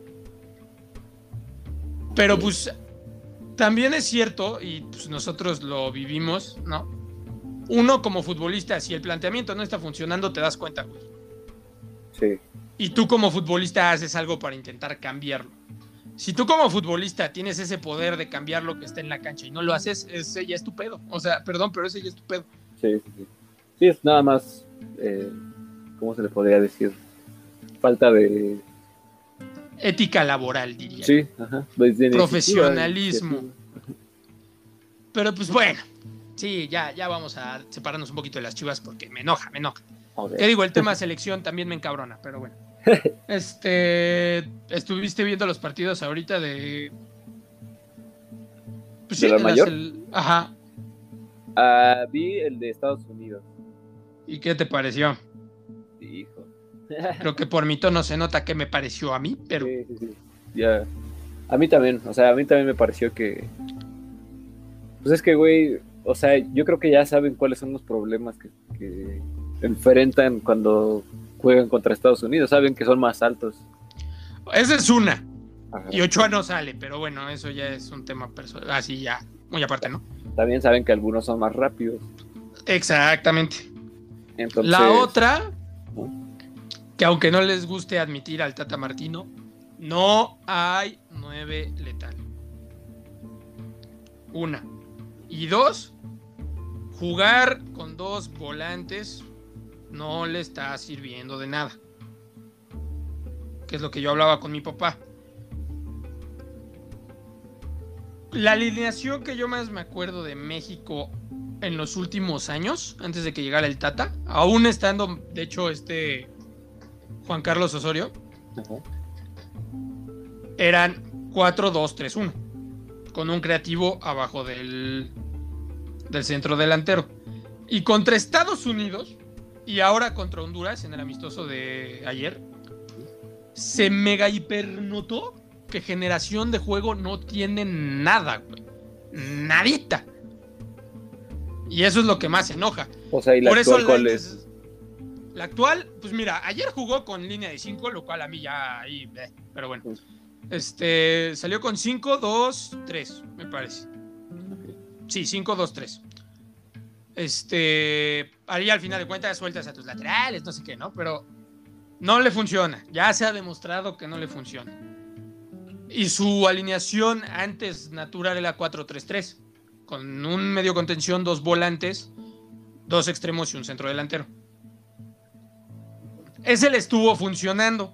Pero pues también es cierto, y pues nosotros lo vivimos, ¿no? Uno como futbolista, si el planteamiento no está funcionando, te das cuenta, güey. Sí. Y tú como futbolista haces algo para intentar cambiarlo. Si tú como futbolista tienes ese poder de cambiar lo que está en la cancha y no lo haces, ese ya es tu pedo. O sea, perdón, pero ese ya es tu pedo. Sí, sí, sí. Sí, es nada más, eh, ¿cómo se le podría decir? Falta de... Ética laboral, diría. Sí, ajá. Profesionalismo. Pero pues bueno, sí, ya, ya vamos a separarnos un poquito de las Chivas porque me enoja, me enoja. Okay. Te digo, el tema selección también me encabrona, pero bueno. Este, ¿estuviste viendo los partidos ahorita de... Pues sí, ¿de la mayor? El... Ajá. Uh, vi el de Estados Unidos. ¿Y qué te pareció? Hijo. Creo que por mi tono se nota que me pareció a mí, pero... Sí, sí, sí. Ya. A mí también, o sea, a mí también me pareció que... Pues es que, güey, o sea, yo creo que ya saben cuáles son los problemas que, que enfrentan cuando juegan contra Estados Unidos. Saben que son más altos. Esa es una. Ajá. Y Ochoa no sale, pero bueno, eso ya es un tema personal. Así ya, muy aparte, ¿no? También saben que algunos son más rápidos. Exactamente. Entonces, la otra, ¿no? Que aunque no les guste admitir al Tata Martino, no hay nueve letal. Una. Y dos, jugar con dos volantes no le está sirviendo de nada. Que es lo que yo hablaba con mi papá. La alineación que yo más me acuerdo de México en los últimos años, antes de que llegara el Tata, aún estando, de hecho, este Juan Carlos Osorio, Ajá. eran cuatro dos tres uno, con un creativo abajo del, del centro delantero. Y contra Estados Unidos, y ahora contra Honduras, en el amistoso de ayer, se mega hipernotó que generación de juego no tiene nada, güey. Nadita. Y eso es lo que más enoja. O sea, ¿y la Por actual eso cuál la, es? La actual, pues mira, ayer jugó con línea de cinco, lo cual a mí ya ahí, eh, pero bueno. Este, salió con cinco dos tres, me parece. Okay. Sí, cinco dos tres. Este, ahí al final de cuentas sueltas a tus laterales, no sé qué, ¿no? Pero no le funciona. Ya se ha demostrado que no le funciona. Y su alineación antes natural era cuatro tres tres, con un medio contención, dos volantes, dos extremos y un centro delantero. Ese le estuvo funcionando,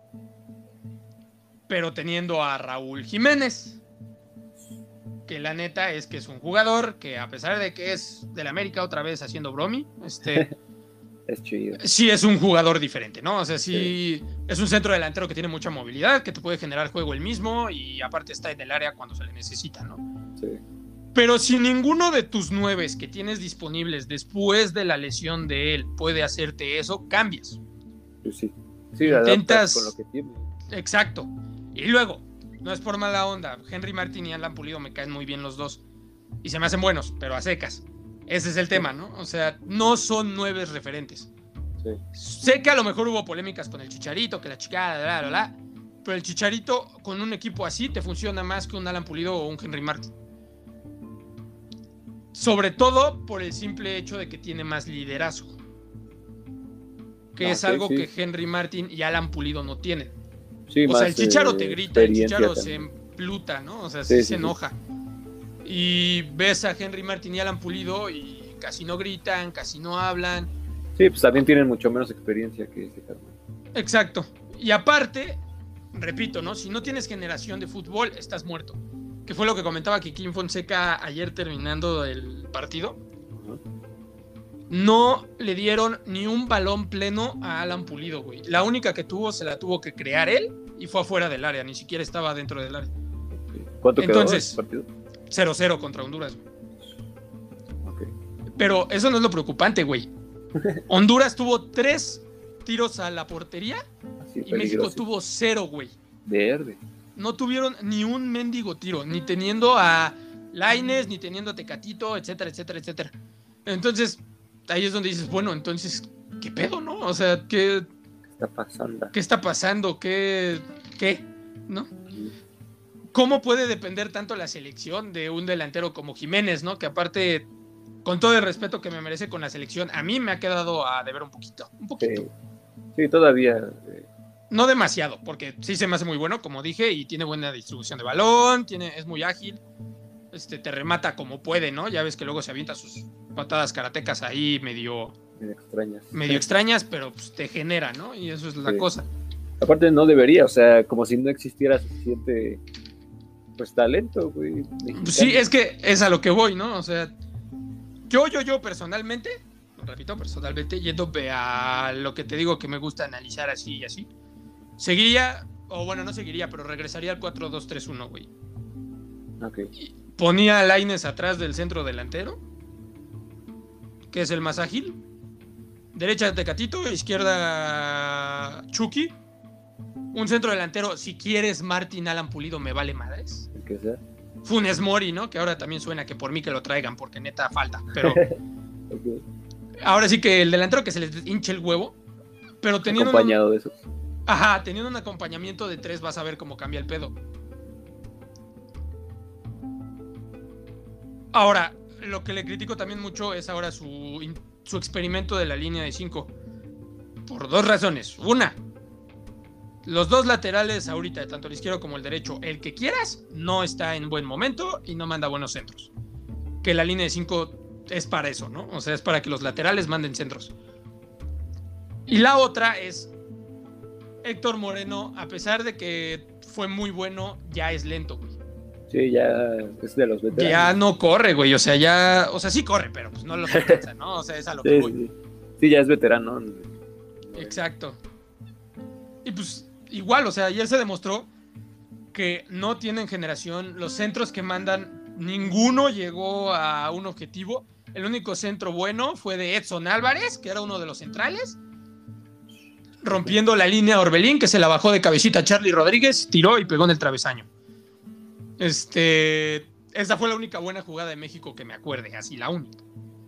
pero teniendo a Raúl Jiménez, que la neta es que es un jugador que, a pesar de que es del América otra vez haciendo bromi, este... es chido. Sí es un jugador diferente, ¿no? O sea, sí, sí es un centro delantero que tiene mucha movilidad, que te puede generar juego él mismo y aparte está en el área cuando se le necesita, ¿no? Sí. Pero si ninguno de tus nueves que tienes disponibles después de la lesión de él puede hacerte eso, cambias. Pues sí. Sí, intentas con lo que tiene. Exacto. Y luego, no es por mala onda, Henry Martin y Alan Pulido me caen muy bien los dos y se me hacen buenos, pero a secas. Ese es el tema, ¿no? O sea, no son nueves referentes. Sí. Sé que a lo mejor hubo polémicas con el Chicharito, que la chica, bla, bla, bla, pero el Chicharito con un equipo así te funciona más que un Alan Pulido o un Henry Martin. Sobre todo por el simple hecho de que tiene más liderazgo. Que Ah, es sí, algo sí. que Henry Martin y Alan Pulido no tienen. Sí, o más, sea, el Chicharo eh, te grita, el Chicharo experiencia se también. empluta, ¿no? O sea, Sí, sí, sí, se sí. enoja. Y ves a Henry Martin y Alan Pulido y casi no gritan, casi no hablan. Sí, pues también tienen mucho menos experiencia que ese Carmen. Exacto. Y aparte, repito, ¿no? Si no tienes generación de fútbol, estás muerto. Que fue lo que comentaba Kikín Fonseca ayer terminando el partido. Ajá. No le dieron ni un balón pleno a Alan Pulido, güey. La única que tuvo se la tuvo que crear él y fue afuera del área, ni siquiera estaba dentro del área. ¿Cuánto Entonces, quedó el partido? cero cero contra Honduras. Okay. Pero eso no es lo preocupante, güey. Honduras tuvo tres tiros a la portería Así, y México tuvo cero, güey. Verde. No tuvieron ni un mendigo tiro, ni teniendo a Lainez, ni teniendo a Tecatito, etcétera, etcétera, etcétera. Entonces, ahí es donde dices, bueno, entonces, ¿qué pedo, no? O sea, ¿qué, ¿Qué está pasando? qué está pasando? ¿Qué? ¿Qué? ¿No? ¿Cómo puede depender tanto la selección de un delantero como Jiménez, ¿no? Que aparte, con todo el respeto que me merece con la selección, a mí me ha quedado a deber un poquito, un poquito. Sí, sí todavía. Eh. No demasiado, porque sí se me hace muy bueno, como dije, y tiene buena distribución de balón, tiene, es muy ágil, este, te remata como puede, ¿no? Ya ves que luego se avienta sus patadas karatecas ahí medio, medio extrañas. medio sí. extrañas, pero pues, te genera, ¿no? Y eso es la Sí. cosa. Aparte no debería, o sea, como si no existiera suficiente, pues, talento, güey. mexicano. Sí, es que es a lo que voy, ¿no? O sea, yo, yo, yo personalmente, repito, personalmente, yendo a lo que te digo que me gusta analizar así y así, seguiría, o bueno, no seguiría, pero regresaría al cuatro dos tres uno, güey. Ok. Ponía a Lainez atrás del centro delantero, que es el más ágil. Derecha Tecatito, izquierda Chucky. Un centro delantero, si quieres Martín Alan Pulido, me vale madres. El que sea. Funes Mori, ¿no? Que ahora también suena que por mí que lo traigan, porque neta falta. Pero okay. Ahora sí que el delantero que se les hinche el huevo, pero teniendo acompañado un, de eso. Ajá, teniendo un acompañamiento de tres vas a ver cómo cambia el pedo. Ahora, lo que le critico también mucho es ahora su, su experimento de la línea de cinco. Por dos razones. Una, los dos laterales ahorita, tanto el izquierdo como el derecho, el que quieras, no está en buen momento y no manda buenos centros. Que la línea de cinco es para eso, ¿no? O sea, es para que los laterales manden centros. Y la otra es Héctor Moreno, a pesar de que fue muy bueno, ya es lento, güey. Sí, ya es de los veteranos. Ya no corre, güey, o sea, ya... O sea, sí corre, pero pues no lo alcanza, ¿no? O sea, es a lo sí, que voy. Sí. sí, ya es veterano. Exacto. Y pues, igual, o sea, ayer se demostró que no tienen generación. Los centros que mandan, ninguno llegó a un objetivo. El único centro bueno fue de Edson Álvarez, que era uno de los centrales, rompiendo la línea a Orbelín, que se la bajó de cabecita a Charlie Rodríguez, tiró y pegó en el travesaño. Este, esa fue la única buena jugada de México que me acuerde, así la única.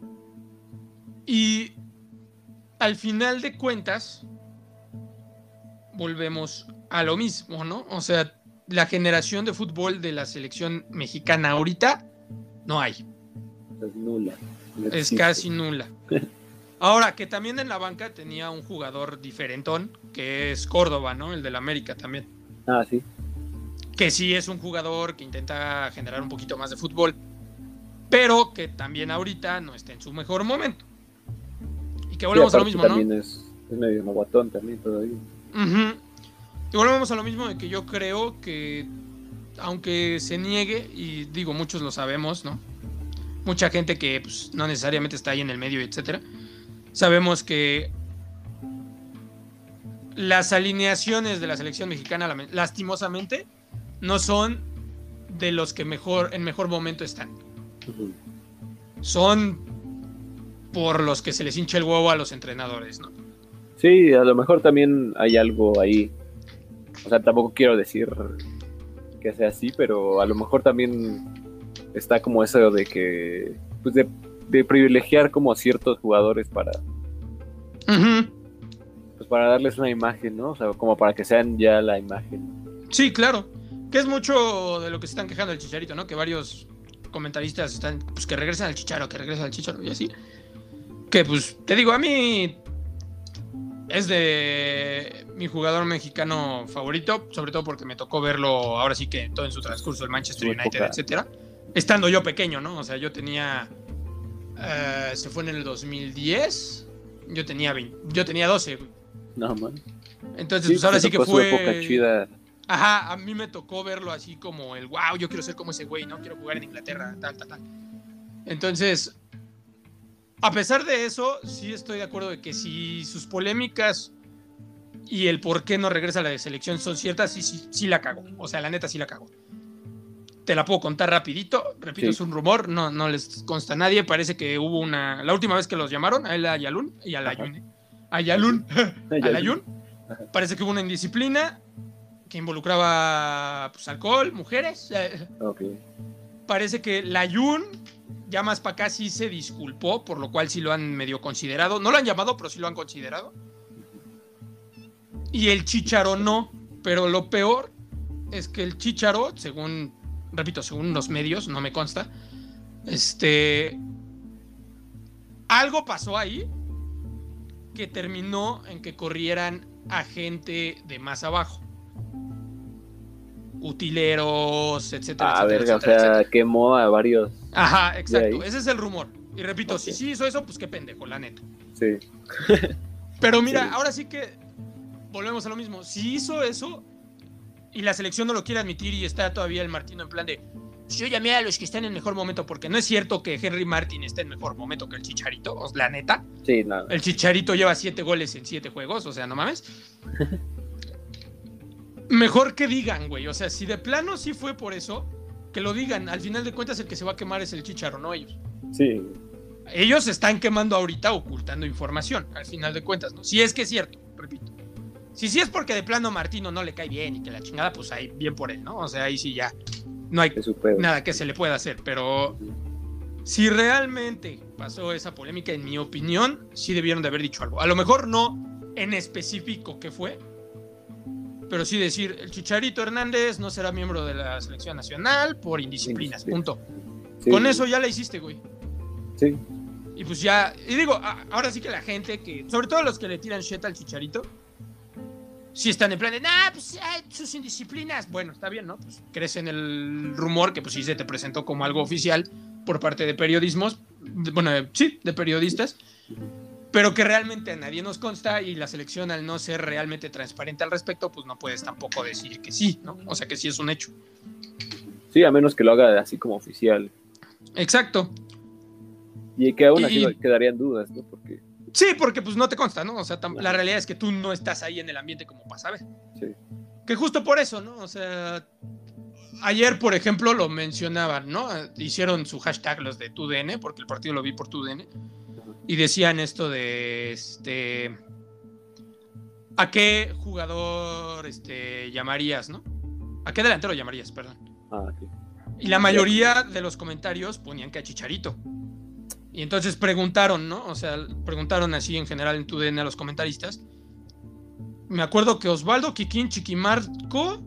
Y al final de cuentas, volvemos a lo mismo, ¿no? O sea, la generación de fútbol de la selección mexicana ahorita no hay. Es nula. No es casi nula. Ahora, que también en la banca tenía un jugador diferentón, que es Córdoba, ¿no? El del América también. Ah, sí. Que sí es un jugador que intenta generar un poquito más de fútbol, pero que también ahorita no está en su mejor momento. Y que volvemos sí, a lo mismo, también ¿no? Es, es medio novatón también todavía. Uh-huh. Y volvemos a lo mismo de que yo creo que, aunque se niegue, y digo, muchos lo sabemos, ¿no? Mucha gente que pues, no necesariamente está ahí en el medio, etcétera. Sabemos que las alineaciones de la selección mexicana, lastimosamente, no son de los que mejor en mejor momento están. Uh-huh. Son por los que se les hincha el huevo a los entrenadores, ¿no? Sí, a lo mejor también hay algo ahí. O sea, tampoco quiero decir que sea así, pero a lo mejor también está como eso de que, pues de, de privilegiar como a ciertos jugadores para, uh-huh. pues para darles una imagen, ¿no? O sea, como para que sean ya la imagen. Sí, claro. Que es mucho de lo que se están quejando del Chicharito, ¿no? Que varios comentaristas están, pues que regresan al Chicharo, que regresan al Chicharo y así. Que pues, te digo, a mí es de mi jugador mexicano favorito, sobre todo porque me tocó verlo ahora sí que todo en su transcurso, el Manchester United, etcétera. Estando yo pequeño, ¿no? O sea, yo tenía... Uh, se fue en el dos mil diez, yo tenía veinte, yo tenía doce, güey. No, man. Entonces, sí, pues ahora sí que fue... época chida. Ajá, a mí me tocó verlo así como el wow, yo quiero ser como ese güey, ¿no? Quiero jugar en Inglaterra, tal, tal, tal. Entonces, a pesar de eso, sí estoy de acuerdo de que si sus polémicas y el por qué no regresa a la selección son ciertas, sí, sí, sí la cago. O sea, la neta sí la cago. Te la puedo contar rapidito. Repito, sí. Es un rumor, no, no les consta a nadie. Parece que hubo una... La última vez que los llamaron, a él, a Yalún, y a Layún. A Yalún, a Layún. Parece que hubo una indisciplina que involucraba pues, alcohol, mujeres. Okay. Parece que Layún, ya más para acá, sí se disculpó, por lo cual sí lo han medio considerado. No lo han llamado, pero sí lo han considerado. Y el Chicharo no. Pero lo peor es que el Chicharo, según, repito, según los medios, no me consta, este, algo pasó ahí que terminó en que corrieran a gente de más abajo. Utileros, etcétera, ah, etcétera, verga, etcétera, o sea, etcétera. quemó a varios. Ajá, exacto, ese es el rumor. Y repito, okay. si sí hizo eso, pues qué pendejo, la neta. Sí. Pero mira, sí. ahora sí que volvemos a lo mismo. Si hizo eso y la selección no lo quiere admitir y está todavía el Martino en plan de yo llamé a los que están en mejor momento, porque no es cierto que Henry Martin esté en mejor momento que el Chicharito, o la neta. Sí, no. El Chicharito lleva siete goles en siete juegos, o sea, no mames. Mejor que digan, güey. O sea, si de plano sí fue por eso, que lo digan. Al final de cuentas, el que se va a quemar es el Chicharo, no ellos. Sí. Ellos se están quemando ahorita, ocultando información, al final de cuentas, ¿no? Si es que es cierto, repito. Si sí es porque de plano Martino no le cae bien y que la chingada, pues ahí bien por él, ¿no? O sea, ahí sí ya. no hay nada que se le pueda hacer, pero si realmente pasó esa polémica, en mi opinión, sí debieron de haber dicho algo. A lo mejor no en específico qué fue, pero sí decir, el Chicharito Hernández no será miembro de la selección nacional por indisciplinas, sí, punto. Sí. Con eso ya la hiciste, güey. Sí. Y pues ya, y digo, ahora sí que la gente que, sobre todo los que le tiran shit al Chicharito, sí están en plan de, nah, pues ay, sus indisciplinas. Bueno, está bien, ¿no? Pues crees en el rumor que pues sí se te presentó como algo oficial por parte de periodismos, bueno, sí, de periodistas, pero que realmente a nadie nos consta, y la selección, al no ser realmente transparente al respecto, pues no puedes tampoco decir que sí, ¿no? O sea, que sí es un hecho. Sí, a menos que lo haga así como oficial. Exacto. Y que aún así y, quedarían dudas, ¿no? Porque... Sí, porque pues no te consta, ¿no? O sea, tam- la realidad es que tú no estás ahí en el ambiente como para saber. Sí. Que justo por eso, ¿no? O sea, ayer, por ejemplo, lo mencionaban, ¿no? Hicieron su hashtag los de TUDN, porque el partido lo vi por TUDN, y decían esto de, este, ¿a qué jugador este, llamarías, no? ¿A qué delantero llamarías, perdón? Ah, okay. Y la mayoría de los comentarios ponían que a Chicharito. Y entonces preguntaron, ¿no? O sea, preguntaron así en general en TUDN a los comentaristas. Me acuerdo que Osvaldo, Kikín, Chiquimarco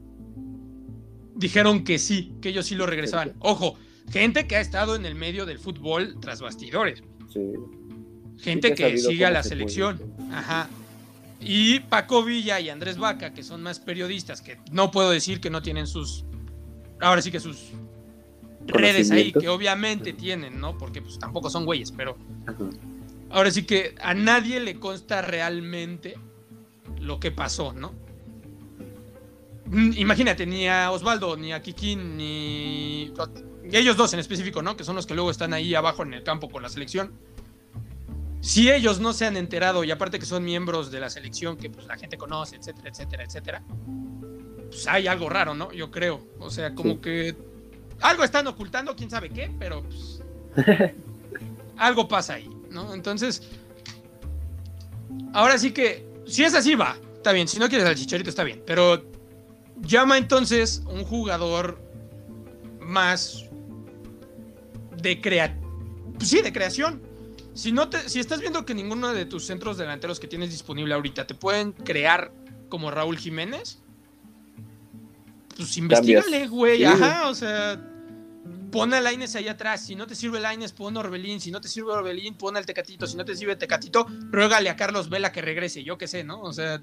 dijeron que sí, que ellos sí lo regresaban. Ojo, gente que ha estado en el medio del fútbol tras bastidores. Sí. Gente sí que, que sigue a la selección. Puede. Ajá. Y Paco Villa y Andrés Vaca, que son más periodistas, que no puedo decir que no tienen sus... Ahora sí que sus redes ahí, que obviamente tienen, ¿no? Porque pues tampoco son güeyes, pero... Ajá. Ahora sí que a nadie le consta realmente lo que pasó, ¿no? Imagínate, ni a Osvaldo, ni a Kikín, ni... ellos dos en específico, ¿no? Que son los que luego están ahí abajo en el campo con la selección. Si ellos no se han enterado, y aparte que son miembros de la selección que pues la gente conoce, etcétera, etcétera, etcétera, pues hay algo raro, ¿no? Yo creo. O sea, como sí. que algo están ocultando, quién sabe qué, pero pues algo pasa ahí, ¿no? Entonces, ahora sí que, si es así, va, está bien. Si no quieres al Chicharito, está bien, pero llama entonces un jugador más de crea... pues sí, de creación. Si, no te, si estás viendo que ninguno de tus centros delanteros que tienes disponible ahorita te pueden crear como Raúl Jiménez, pues investígale, güey. Sí. Ajá, o sea, pon a Lainez ahí atrás. Si no te sirve Lainez, pon a Orbelín. Si no te sirve Orbelín, pon al Tecatito. Si no te sirve Tecatito, ruégale a Carlos Vela que regrese. Yo qué sé, ¿no? O sea,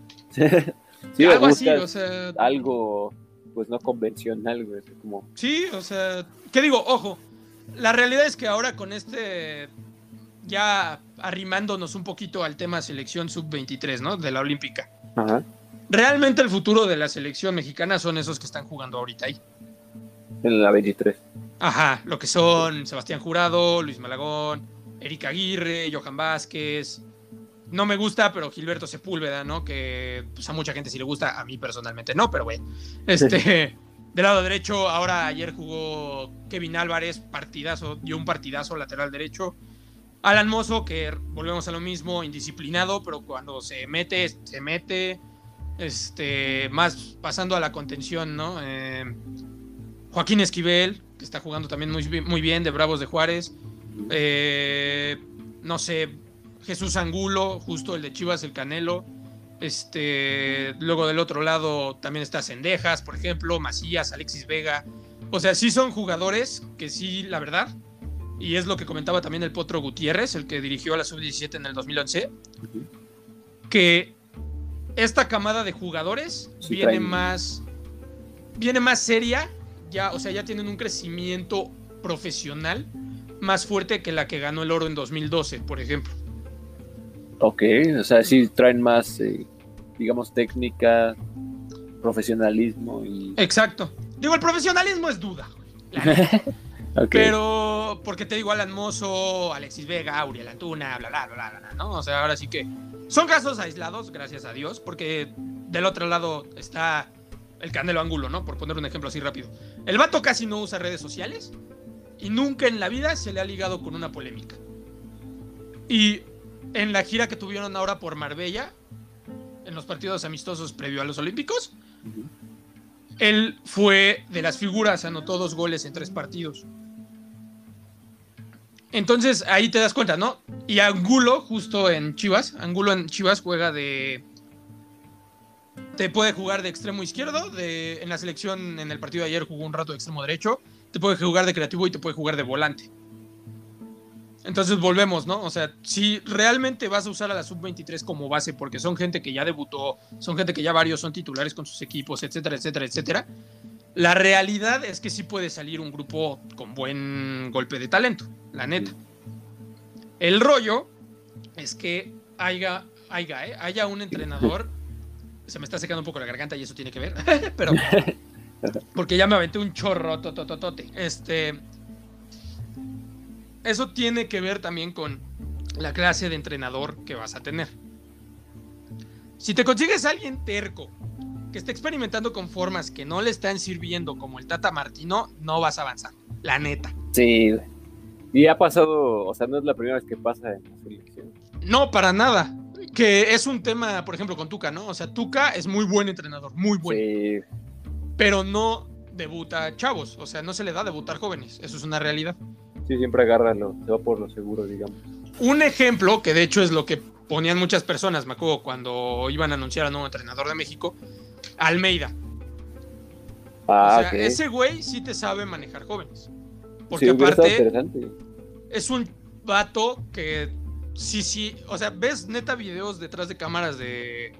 sí, algo así, o sea, algo pues no convencional, güey. Como... Sí, o sea, ¿qué digo? Ojo, la realidad es que ahora con este, ya arrimándonos un poquito al tema selección sub veintitrés, ¿no? De la Olímpica. Ajá. Realmente el futuro de la selección mexicana son esos que están jugando ahorita ahí. En la veintitrés. Ajá, lo que son Sebastián Jurado, Luis Malagón, Eric Aguirre, Johan Vázquez. No me gusta, pero Gilberto Sepúlveda, ¿no? Que pues, a mucha gente sí le gusta, a mí personalmente no, pero bueno. Este, del lado derecho, ahora ayer jugó Kevin Álvarez, partidazo, dio un partidazo lateral derecho. Alan Mozo, que volvemos a lo mismo, indisciplinado, pero cuando se mete, se mete. Este, más pasando a la contención, ¿no? Eh, Joaquín Esquivel, que está jugando también muy, muy bien, de Bravos de Juárez. Eh, no sé, Jesús Angulo, justo el de Chivas, el Canelo. Este, luego del otro lado también está Cendejas, por ejemplo, Macías, Alexis Vega. O sea, sí son jugadores que sí, la verdad, y es lo que comentaba también el Potro Gutiérrez, el que dirigió a la sub diecisiete en el dos mil once, uh-huh. que esta camada de jugadores sí, viene traen... más viene más seria, ya, o sea, ya tienen un crecimiento profesional más fuerte que la que ganó el oro en dos mil doce, por ejemplo. Ok, o sea, sí traen más, eh, digamos, técnica, profesionalismo y... Exacto. Digo, el profesionalismo es duda, güey. Okay. Pero, porque te digo, Alan Mozo, Alexis Vega, Auriel Antuna, bla, bla, bla, bla, bla, ¿no? O sea, ahora sí que son casos aislados, gracias a Dios, porque del otro lado está el Canelo Angulo, ¿no? Por poner un ejemplo así rápido. El vato casi no usa redes sociales y nunca en la vida se le ha ligado con una polémica. Y en la gira que tuvieron ahora por Marbella, en los partidos amistosos previo a los Olímpicos, uh-huh. él fue de las figuras, anotó dos goles en tres partidos. Entonces ahí te das cuenta, ¿no? Y Angulo, justo en Chivas, Angulo en Chivas juega de... Te puede jugar de extremo izquierdo, de, en la selección en el partido de ayer jugó un rato de extremo derecho, te puede jugar de creativo y te puede jugar de volante. Entonces volvemos, ¿no? O sea, si realmente vas a usar a la sub veintitrés como base, porque son gente que ya debutó, son gente que ya varios son titulares con sus equipos, etcétera, etcétera, etcétera, la realidad es que sí puede salir un grupo con buen golpe de talento, la neta. El rollo es que haya, haya, ¿eh? haya un entrenador, se me está secando un poco la garganta y eso tiene que ver, pero porque ya me aventé un chorro totototote. Este, eso tiene que ver también con la clase de entrenador que vas a tener. Si te consigues a alguien terco que está experimentando con formas que no le están sirviendo, como el Tata Martino, no vas a avanzar, la neta. Sí, y ha pasado, o sea, no es la primera vez que pasa en la selección. No, para nada. Que es un tema, por ejemplo, con Tuca, ¿no? O sea, Tuca es muy buen entrenador, muy bueno. Sí. Pero no debuta chavos, o sea, no se le da debutar jóvenes, eso es una realidad. Sí, siempre agárralo, se va por lo seguro, digamos. Un ejemplo, que de hecho es lo que ponían muchas personas, me acuerdo, cuando iban a anunciar al nuevo entrenador de México, Almeida. Ah, o sea, okay. Ese güey sí te sabe manejar jóvenes. Porque sí, aparte es un vato que sí, sí, o sea, ves neta videos detrás de cámaras de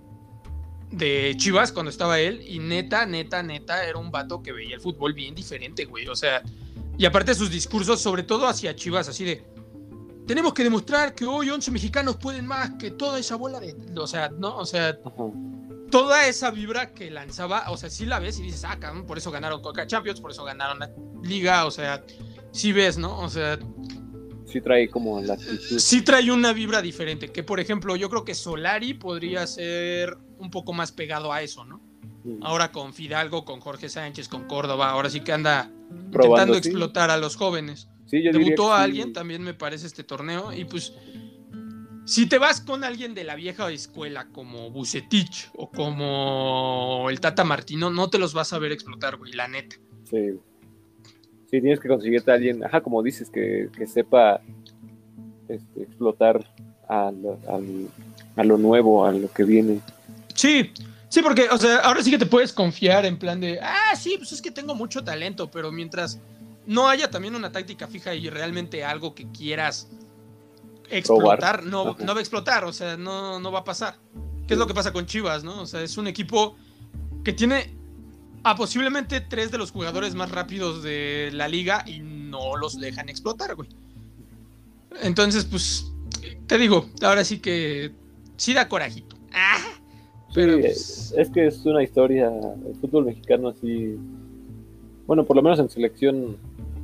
de Chivas cuando estaba él y neta, neta, neta era un vato que veía el fútbol bien diferente, güey. O sea, y aparte sus discursos, sobre todo hacia Chivas, así de tenemos que demostrar que hoy once mexicanos pueden más que toda esa bola de... O sea, ¿no? O sea, uh-huh. toda esa vibra que lanzaba, o sea, sí la ves y dices, ah, cabrón, por eso ganaron Coca Champions, por eso ganaron la Liga, o sea, sí ves, ¿no? O sea... Sí trae como la actitud. Sí trae una vibra diferente, que por ejemplo, yo creo que Solari podría ser un poco más pegado a eso, ¿no? Mm. Ahora con Fidalgo, con Jorge Sánchez, con Córdoba, ahora sí que anda Probando, intentando ¿sí? explotar a los jóvenes. Sí, yo Debutó a sí. alguien, también me parece, este torneo, y pues si te vas con alguien de la vieja escuela como Vucetich o como el Tata Martino, no te los vas a ver explotar, güey, la neta. Sí. Sí, tienes que conseguirte a alguien, ajá, como dices, que, que sepa este, explotar a lo, a, lo, a lo nuevo, a lo que viene. Sí, sí, porque, o sea, ahora sí que te puedes confiar en plan de, ah, sí, pues es que tengo mucho talento, pero mientras no haya también una táctica fija y realmente algo que quieras explotar, no, no va a explotar, o sea, no, no va a pasar. ¿Qué es lo que pasa con Chivas, no? O sea, es un equipo que tiene a posiblemente tres de los jugadores más rápidos de la liga y no los dejan explotar, güey. Entonces, pues, te digo, ahora sí que sí da corajito. Ah, pero sí, pues... es que es una historia, el fútbol mexicano así, bueno, por lo menos en selección,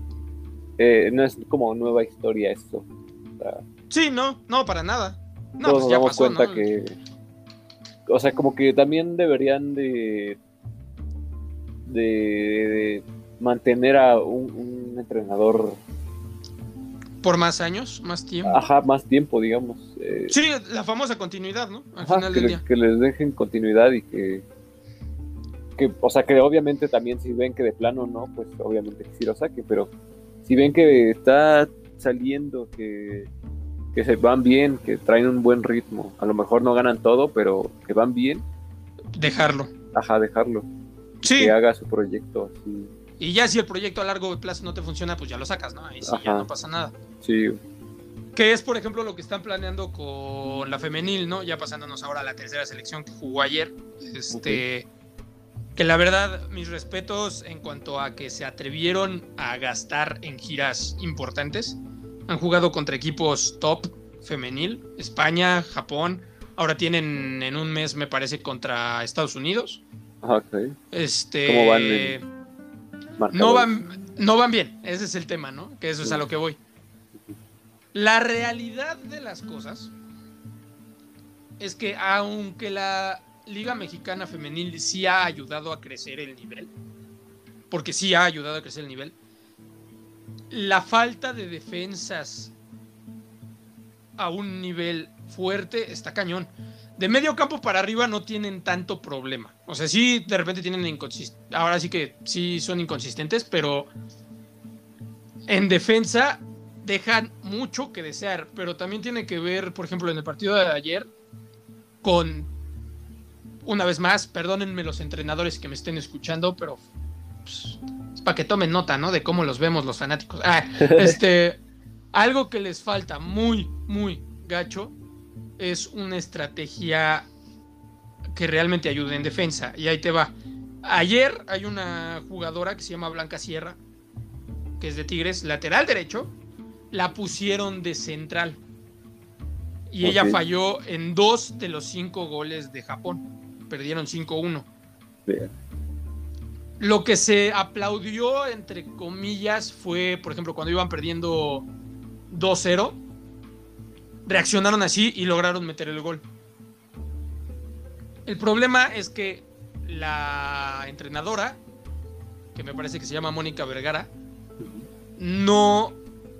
eh, no es como nueva historia esto. O sea, sí, no, no, para nada. No, todos pues nos ya damos pasó, cuenta ¿no? que, o sea, como que también deberían de De, de mantener a un, un entrenador por más años, más tiempo. Ajá, más tiempo, digamos. Eh, sí, la famosa continuidad, ¿no? Al ajá, final que, del le, día. que les dejen continuidad y que, que, o sea, que obviamente también si ven que de plano no, pues obviamente que sí lo saque, pero si ven que está saliendo, que, que se van bien, que traen un buen ritmo, a lo mejor no ganan todo, pero que van bien. Dejarlo. Ajá, dejarlo. Sí. Que haga su proyecto así. Y ya si el proyecto a largo plazo no te funciona, pues ya lo sacas, ¿no? Ahí sí Ajá. ya no pasa nada. Sí. Que es, por ejemplo, lo que están planeando con la femenil, ¿no? Ya pasándonos ahora a la tercera selección que jugó ayer. Este, uh-huh. Que la verdad, mis respetos en cuanto a que se atrevieron a gastar en giras importantes. Han jugado contra equipos top femenil, España, Japón. Ahora tienen en un mes, me parece, contra Estados Unidos. Okay. Este, ¿Cómo van? En... No van, no van bien, ese es el tema, ¿no? Que eso es a lo que voy. La realidad de las cosas es que aunque la Liga Mexicana Femenil sí ha ayudado a crecer el nivel, porque sí ha ayudado a crecer el nivel, la falta de defensas a un nivel fuerte está cañón. de medio campo para arriba no tienen tanto problema. O sea, sí, de repente tienen inconsistentes. Ahora sí que sí son inconsistentes, pero en defensa dejan mucho que desear. Pero también tiene que ver, por ejemplo, en el partido de ayer, con, una vez más, perdónenme los entrenadores que me estén escuchando, pero pues, es para que tomen nota, ¿no? De cómo los vemos los fanáticos. Ah, este, algo que les falta muy, muy gacho es una estrategia que realmente ayude en defensa. Y ahí te va. Ayer hay una jugadora que se llama Blanca Sierra, que es de Tigres, lateral derecho, la pusieron de central. Y okay. ella falló en dos de los cinco goles de Japón. Perdieron cinco uno. Bien. Lo que se aplaudió, entre comillas, fue, por ejemplo, cuando iban perdiendo dos cero, reaccionaron así y lograron meter el gol. El problema es que la entrenadora, que me parece que se llama Mónica Vergara, no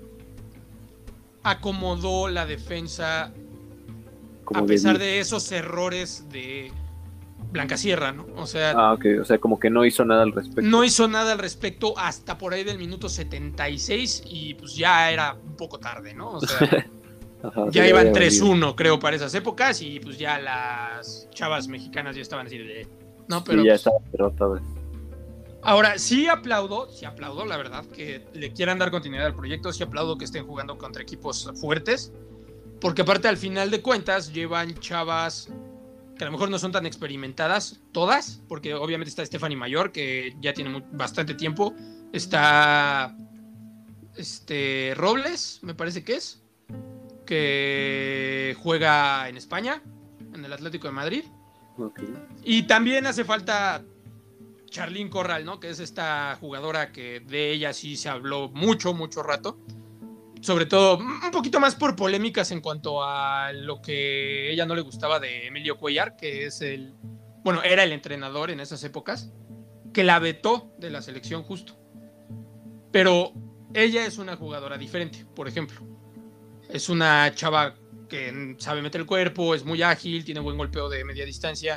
acomodó la defensa a pesar de esos errores de Blanca Sierra, ¿no? O sea, ah, ok, o sea, como que no hizo nada al respecto. No hizo nada al respecto hasta por ahí del minuto setenta y seis y pues ya era un poco tarde, ¿no? O sea, ajá, ya iban tres uno, creo, para esas épocas y pues ya las chavas mexicanas ya estaban así de... No, pero sí, ya pues, estaba derrotada. Ahora, sí aplaudo, sí aplaudo, la verdad, que le quieran dar continuidad al proyecto, sí aplaudo que estén jugando contra equipos fuertes, porque aparte al final de cuentas llevan chavas que a lo mejor no son tan experimentadas, todas, porque obviamente está Stephanie Mayor, que ya tiene muy, bastante tiempo, está este Robles, me parece que es, que juega en España, en el Atlético de Madrid, okay. Y también hace falta Charlín Corral, ¿no? Que es esta jugadora que de ella sí se habló mucho, mucho rato. Sobre todo, un poquito más por polémicas en cuanto a lo que ella no le gustaba de Emilio Cuellar, que es el... Bueno, era el entrenador en esas épocas, que la vetó de la selección justo. Pero ella es una jugadora diferente, por ejemplo. Es una chava que sabe meter el cuerpo, es muy ágil, tiene buen golpeo de media distancia.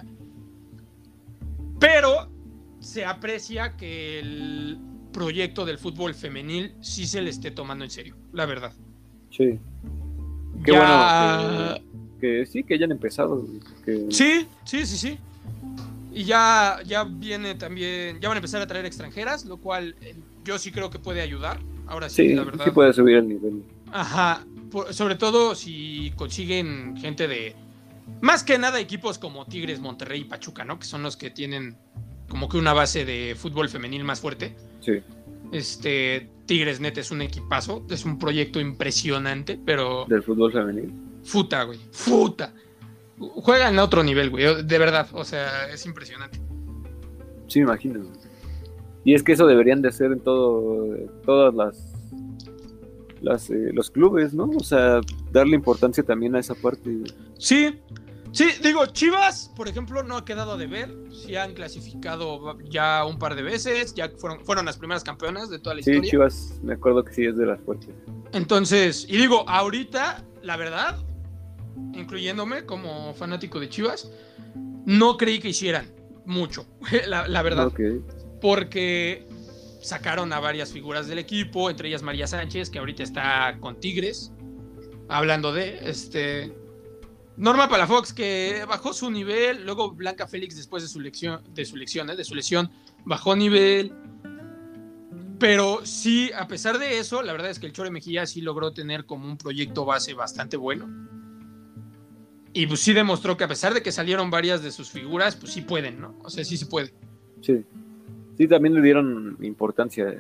Pero se aprecia que el proyecto del fútbol femenil sí se le esté tomando en serio, la verdad. Sí. Qué ya... bueno que, que sí, que hayan empezado. Que... Sí, sí, sí, sí. Y ya, ya viene también, ya van a empezar a traer extranjeras, lo cual eh, yo sí creo que puede ayudar. Ahora sí, sí, la verdad. Sí puede subir el nivel. Ajá. Por, sobre todo si consiguen gente de, más que nada equipos como Tigres, Monterrey y Pachuca, ¿no? Que son los que tienen como que una base de fútbol femenil más fuerte. Sí. Este, Tigres net es un equipazo, es un proyecto impresionante, pero... ¿Del fútbol femenil? Futa, güey, futa. Juegan a otro nivel, güey, de verdad, o sea, es impresionante. Sí, me imagino. Y es que eso deberían de hacer en todo, todas las, las eh, los clubes, ¿no? O sea, darle importancia también a esa parte. Sí. Sí, digo, Chivas, por ejemplo, no ha quedado de ver. Sí han clasificado ya un par de veces. Ya fueron, fueron las primeras campeonas de toda la sí, historia. Sí, Chivas, me acuerdo que sí es de las fuertes. Entonces, y digo, ahorita, la verdad, incluyéndome como fanático de Chivas, no creí que hicieran mucho, la, la verdad. Okay. Porque sacaron a varias figuras del equipo, entre ellas María Sánchez, que ahorita está con Tigres. Hablando de, este... Norma Palafox, que bajó su nivel, luego Blanca Félix después de su lección, de su lección, ¿eh? de su lesión, bajó nivel, pero sí, a pesar de eso, la verdad es que el Chore Mejía sí logró tener como un proyecto base bastante bueno, y pues sí demostró que a pesar de que salieron varias de sus figuras, pues sí pueden, ¿no? O sea, sí se puede. Sí, sí, también le dieron importancia.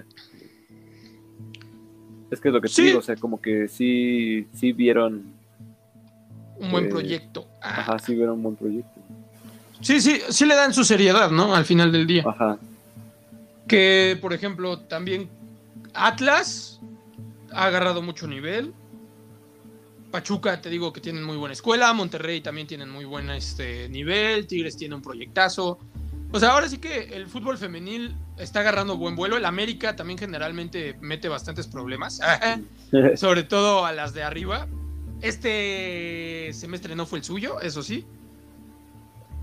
Es que es lo que te sí. digo, o sea, como que sí, sí vieron... Un buen proyecto. Ah. Ajá, sí, era un buen proyecto. Sí, sí, sí le dan su seriedad, ¿no? Al final del día. Ajá. Que, por ejemplo, también Atlas ha agarrado mucho nivel. Pachuca, te digo que tienen muy buena escuela. Monterrey también tienen muy buen este, nivel. Tigres tiene un proyectazo. O sea, ahora sí que el fútbol femenil está agarrando buen vuelo. El América también generalmente mete bastantes problemas. Sobre todo a las de arriba. Este semestre no fue el suyo, eso sí,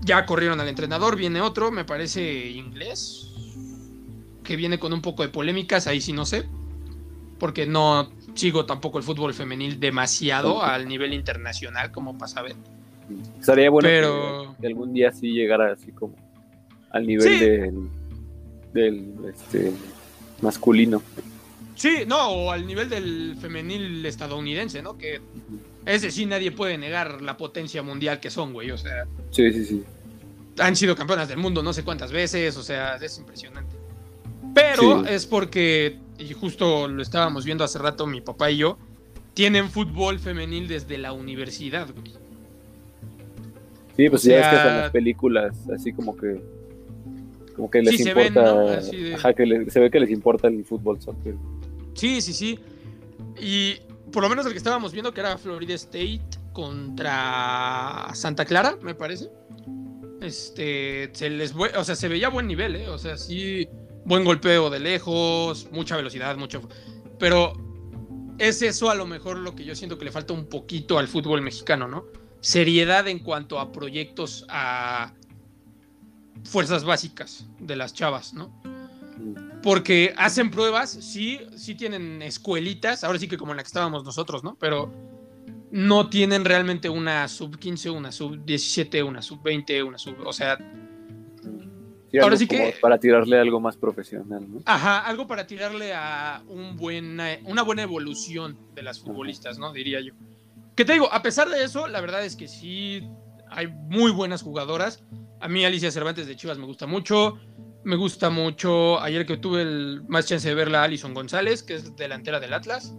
ya corrieron al entrenador, viene otro, me parece inglés, que viene con un poco de polémicas, ahí sí no sé, porque no sigo tampoco el fútbol femenil demasiado al nivel internacional como para saber. Sería bueno pero... que algún día sí llegara así como al nivel sí. del, del este, masculino. Sí, no, o al nivel del femenil estadounidense, ¿no? Que ese sí nadie puede negar la potencia mundial que son, güey, o sea... Sí, sí, sí. Han sido campeonas del mundo no sé cuántas veces, o sea, es impresionante. Pero sí. Es porque, y justo lo estábamos viendo hace rato mi papá y yo, tienen fútbol femenil desde la universidad, güey. Sí, pues o ya sea, es que hasta en las películas, así como que como que les sí, importa, se ven, ¿no? Así de... ajá, que les, se ve que les importa el fútbol soccer. Sí, sí, sí. Y por lo menos el que estábamos viendo, que era Florida State contra Santa Clara, me parece. Este, se les, o sea, se veía buen nivel, ¿eh? O sea, sí, buen golpeo de lejos, mucha velocidad, mucho. Pero es eso a lo mejor lo que yo siento que le falta un poquito al fútbol mexicano, ¿no? Seriedad en cuanto a proyectos, a fuerzas básicas de las chavas, ¿no? Porque hacen pruebas, sí, sí tienen escuelitas, ahora sí que como en la que estábamos nosotros, ¿no? Pero no tienen realmente una sub quince, una sub diecisiete, una sub veinte, una sub, o sea... Sí, ahora sí que... Para tirarle algo más profesional, ¿no? Ajá, algo para tirarle a un buena, una buena evolución de las futbolistas, ¿no? Diría yo. Que te digo, a pesar de eso, la verdad es que sí hay muy buenas jugadoras. A mí Alicia Cervantes de Chivas me gusta mucho. Me gusta mucho, ayer que tuve el, más chance de verla, Alison González, que es delantera del Atlas.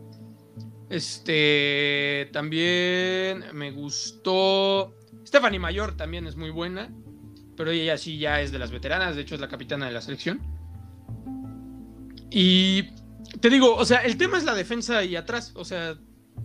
Este, también me gustó Stephanie Mayor, también es muy buena, pero ella sí ya es de las veteranas, de hecho es la capitana de la selección. Y te digo, o sea, el tema es la defensa y atrás, o sea...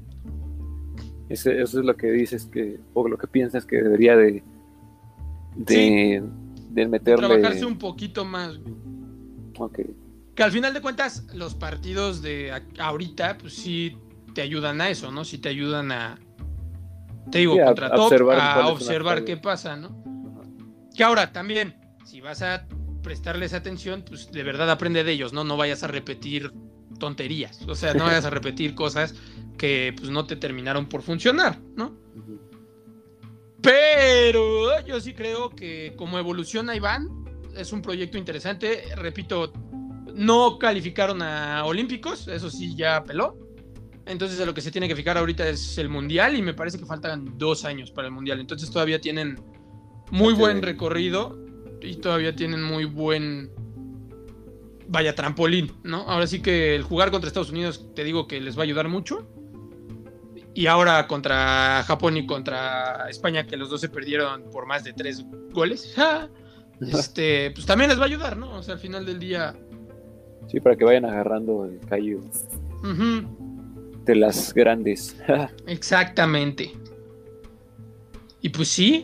Ese, eso es lo que dices, que o lo que piensas que debería de... de... Sí. de meterle... trabajarse un poquito más. Ok. Que al final de cuentas, los partidos de ahorita, pues sí te ayudan a eso, ¿no? Sí te ayudan a, te digo, sí, contra a, top, observar a observar qué pasa, ¿no? Uh-huh. Que ahora también, si vas a prestarles atención, pues de verdad aprende de ellos, ¿no? No vayas a repetir tonterías, o sea, no vayas a repetir cosas que pues no te terminaron por funcionar, ¿no? Uh-huh. Pero yo sí creo que como evoluciona Iván, es un proyecto interesante. Repito, no calificaron a Olímpicos, eso sí ya peló. Entonces a lo que se tiene que fijar ahorita es el Mundial y me parece que faltan dos años para el Mundial. Entonces todavía tienen muy buen recorrido y todavía tienen muy buen, vaya, trampolín, ¿no? Ahora sí que el jugar contra Estados Unidos, te digo que les va a ayudar mucho. Y ahora contra Japón y contra España, que los dos se perdieron por más de tres goles, este, pues también les va a ayudar, ¿no? O sea, al final del día... Sí, para que vayan agarrando el callo uh-huh. de las grandes. Exactamente. Y pues sí,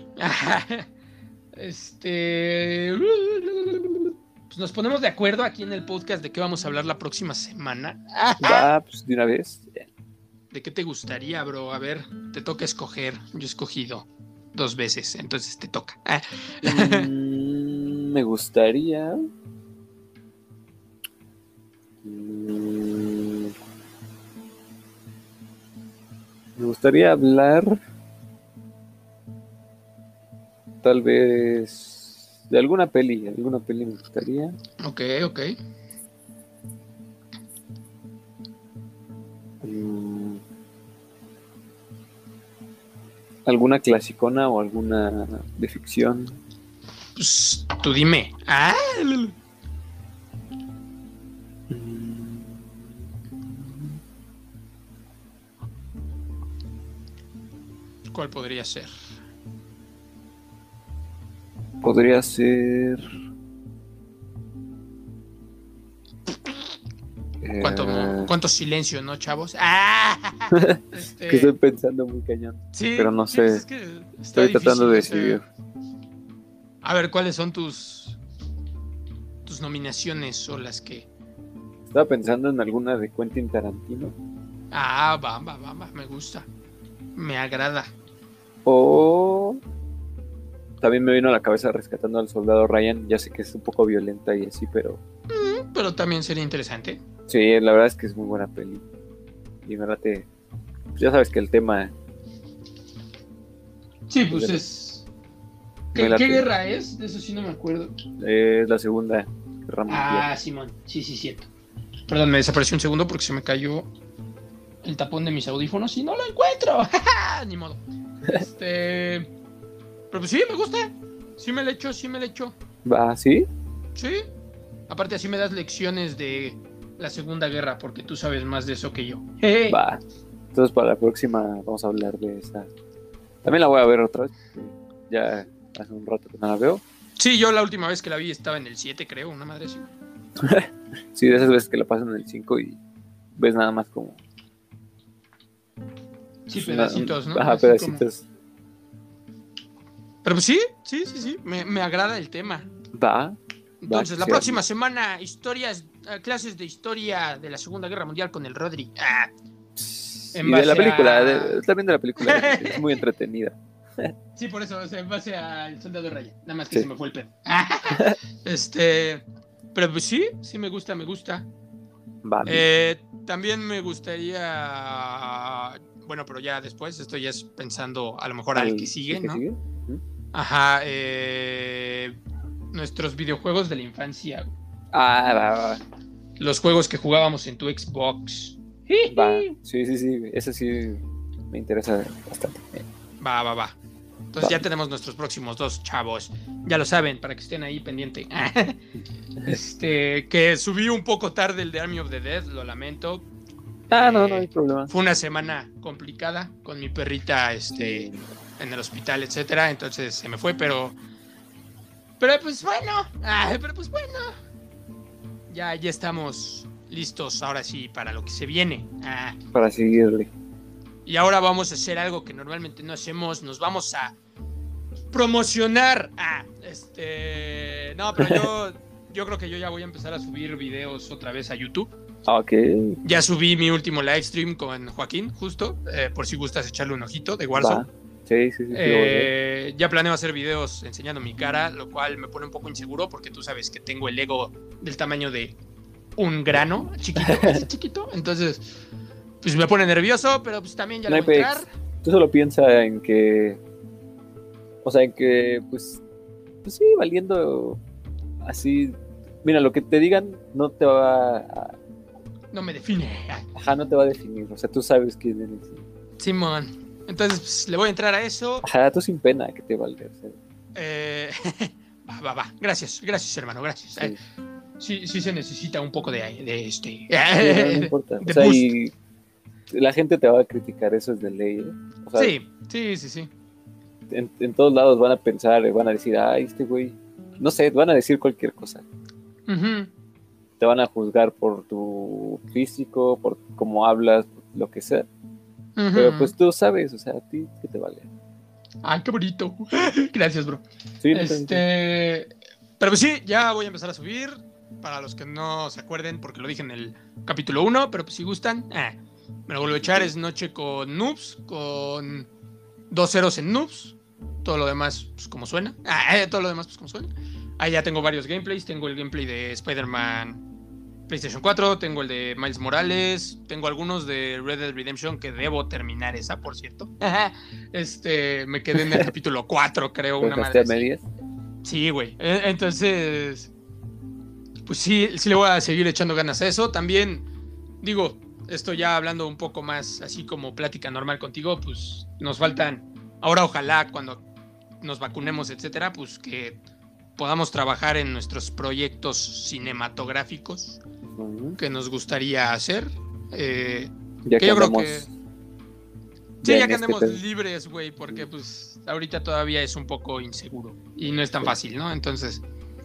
este... pues nos ponemos de acuerdo aquí en el podcast de qué vamos a hablar la próxima semana. Va, pues de una vez. ¿De qué te gustaría, bro? A ver, te toca escoger. Yo he escogido dos veces, entonces te toca. mm, me gustaría... Mm, me gustaría hablar... Tal vez... de alguna peli. Alguna peli me gustaría. Ok, ok. ¿Alguna clasicona o alguna de ficción? Pues tú dime. Ah. ¿Cuál podría ser? Podría ser... ¿Cuánto, eh... ¿Cuánto silencio, no, chavos? ¡Ah! Este... que estoy pensando muy cañón. Sí, pero no sí, sé. Pues es que estoy tratando de decidir. A ver, ¿cuáles son tus tus nominaciones o las que? Estaba pensando en alguna de Quentin Tarantino. Ah, va, va, va, va, me gusta. Me agrada. O también me vino a la cabeza Rescatando al Soldado Ryan. Ya sé que es un poco violenta y así, pero Mm, pero también sería interesante. sí, la verdad es que es muy buena peli. Y en verdad te... pues ya sabes que el tema... Sí, pues es... ¿Qué, ¿Qué guerra es? De eso sí no me acuerdo. Es la Segunda Guerra Mundial. Ah, Simón, sí, sí, cierto. Perdón, me desapareció un segundo porque se me cayó el tapón de mis audífonos y no lo encuentro. Ni modo. Este... Pero pues sí, me gusta. Sí me le echo, sí me le echo. ¿Va? ¿Sí? Sí. Aparte así me das lecciones de la Segunda Guerra porque tú sabes más de eso que yo. Va. Entonces para la próxima vamos a hablar de esa. También la voy a ver otra vez. Ya hace un rato que no la veo. Sí, yo la última vez que la vi estaba en el siete, creo, una madre así. Sí, de esas veces que la pasan en el cinco y ves nada más como... Sí, pedacitos, ¿no? Ajá, Así pedacitos. como... Pero pues sí, sí, sí, sí, me, me agrada el tema. Va. Entonces, va, la sí, próxima sí. semana, historias, uh, clases de historia de la Segunda Guerra Mundial con el Rodri. Ah, y de la película, a... de, también de la película, es muy entretenida. Sí, por eso, o sea, en base al Soldado Ryan, nada más que sí. se me fue el pedo. este, pero pues sí, sí me gusta, me gusta. Vale. Eh, también me gustaría, bueno, pero ya después, esto ya es pensando a lo mejor al, al que sigue, que ¿no? Sigue? ¿Mm? Ajá, eh, nuestros videojuegos de la infancia. Ah, va, va. Los juegos que jugábamos en tu Xbox. Va, sí, sí, sí, eso sí me interesa bastante. Va, va, va. Entonces va. Ya tenemos nuestros próximos dos chavos. Ya lo saben, para que estén ahí pendiente. Este, que subí un poco tarde el de Army of the Dead, lo lamento. Ah, eh, no, no hay problema. Fue una semana complicada con mi perrita, este, en el hospital, etcétera. Entonces se me fue, pero, pero pues bueno, ah, pero pues bueno. Ya, ya estamos listos ahora sí para lo que se viene. Ah. Para seguirle. Y ahora vamos a hacer algo que normalmente no hacemos. Nos vamos a promocionar. Ah, este. No, pero yo, yo creo que yo ya voy a empezar a subir videos otra vez a YouTube. Ok. Ya subí mi último live stream con Joaquín, justo. Eh, por si gustas echarle un ojito de Warzone. Va. Sí, sí, sí. Eh, ya planeo hacer videos enseñando mi cara, lo cual me pone un poco inseguro porque tú sabes que tengo el ego del tamaño de un grano, chiquito, chiquito. Entonces, pues me pone nervioso, pero pues también ya no le voy a entrar. Tú solo piensa en que, o sea, en que, pues, pues sí, valiendo así. Mira, lo que te digan no te va a... No me define. Ajá, no te va a definir. O sea, tú sabes quién eres. Simón. Entonces, pues, le voy a entrar a eso. Ajá, tú sin pena que te valga. O sea. eh, va, va, va. Gracias, gracias, hermano, gracias. Sí, eh, sí, sí se necesita un poco de, de este. Sí, no, no importa. O sea, y la gente te va a criticar, eso es de ley. ¿eh? O sea, sí, sí, sí, sí. En, en todos lados van a pensar, van a decir, ay, este güey. No sé, van a decir cualquier cosa. Uh-huh. Te van a juzgar por tu físico, por cómo hablas, por lo que sea. Uh-huh. Pero pues tú sabes, o sea, a ti que te vale. Ay, qué bonito. Gracias, bro. Sí, este... Pero pues sí, ya voy a empezar a subir. Para los que no se acuerden, porque lo dije en el capítulo uno, pero pues si gustan, eh, me lo vuelvo a echar. Es noche con noobs, con dos ceros en noobs. Todo lo demás, pues como suena. Ah, eh, todo lo demás, pues como suena. Ahí ya tengo varios gameplays. Tengo el gameplay de Spider-Man PlayStation cuatro, tengo el de Miles Morales, tengo algunos de Red Dead Redemption que debo terminar esa, por cierto. Este, me quedé en el capítulo cuatro, creo, una madre así. Medias? Sí, güey. Entonces, pues sí, sí le voy a seguir echando ganas a eso. También, digo, esto ya hablando un poco más así como plática normal contigo, pues nos faltan, ahora ojalá cuando nos vacunemos, etcétera, pues que podamos trabajar en nuestros proyectos cinematográficos uh-huh. que nos gustaría hacer. Eh, ya que, que yo andamos, creo que... Sí, ya, ya que andemos este libres, güey, porque pues ahorita todavía es un poco inseguro y no es tan sí. fácil, ¿no? Entonces...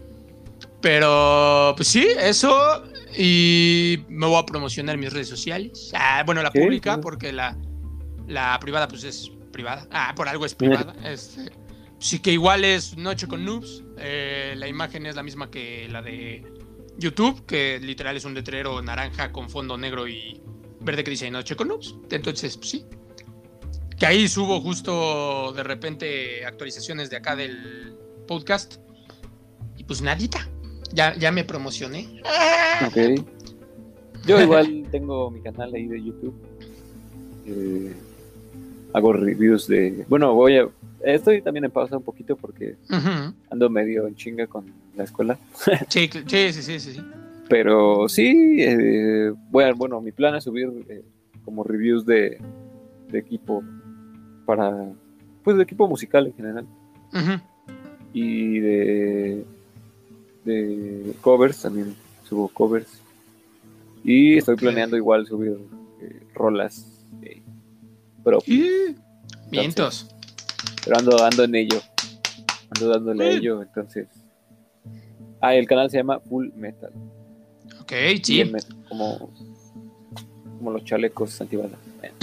Pero, pues sí, eso. Y me voy a promocionar mis redes sociales. Ah, bueno, la pública, ¿sí? Porque la, la privada, pues es privada. Ah, por algo es privada. Este... Sí, que igual es Noche con Noobs. Eh, la imagen es la misma que la de YouTube, que literal es un letrero naranja con fondo negro y verde que dice Noche con Noobs. Entonces, pues sí. que ahí subo justo de repente actualizaciones de acá del podcast. Y pues nadita, ya, ya me promocioné. Ok. Yo igual tengo mi canal ahí de YouTube. Eh, hago reviews de... Bueno, voy a... Estoy también en pausa un poquito porque uh-huh. ando medio en chinga con la escuela. Sí, sí, sí, sí, sí. Pero sí, eh, bueno, bueno, mi plan es subir eh, como reviews de, de equipo para... Pues de equipo musical en general. Uh-huh. Y de... de covers, también subo covers. Y estoy okay. planeando igual subir eh, rolas eh, propias. Vientos. Pero ando, ando en ello. Ando dándole a ello, entonces. Ah, el canal se llama Full Metal. Ok, sí. Metal, como, como los chalecos antibalas.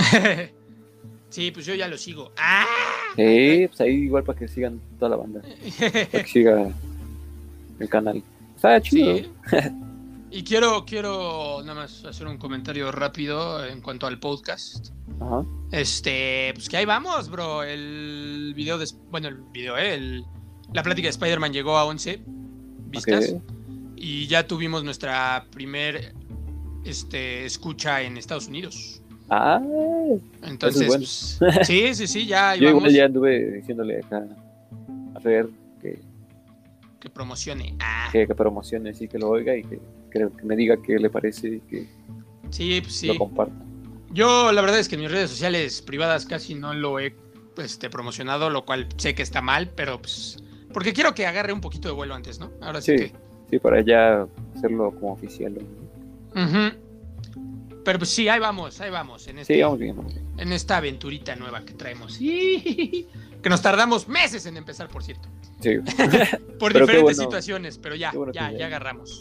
Sí, pues yo ya lo sigo. ¡Ah! Sí, pues ahí igual para que sigan toda la banda. Para que siga el canal. Está chido. Sí. Y quiero, quiero nada más hacer un comentario rápido en cuanto al podcast. Ajá. Este, pues que ahí vamos, bro. El video de, bueno, el video, eh, el, la plática de Spider-Man llegó a once vistas. Okay. Y ya tuvimos nuestra primer este, escucha en Estados Unidos. Ah, entonces, es bueno. Pues, sí, sí, sí, ya ahí Yo vamos. igual ya anduve diciéndole acá a Fer que que promocione. Ah. Que, que promocione, sí, que lo oiga y que, que, que me diga qué le parece y que sí, pues sí. lo comparta. Yo la verdad es que en mis redes sociales privadas casi no lo he este, promocionado, lo cual sé que está mal, pero pues porque quiero que agarre un poquito de vuelo antes, ¿no? Ahora sí, sí que... Sí, para ya hacerlo como oficial. ¿No? Uh-huh. Pero pues sí, ahí vamos, ahí vamos. En este, sí, vamos bien, vamos bien. En esta aventurita nueva que traemos. Sí. Que nos tardamos meses en empezar, por cierto. Sí. Por pero diferentes bueno, situaciones, pero ya, bueno ya, ya, ya agarramos.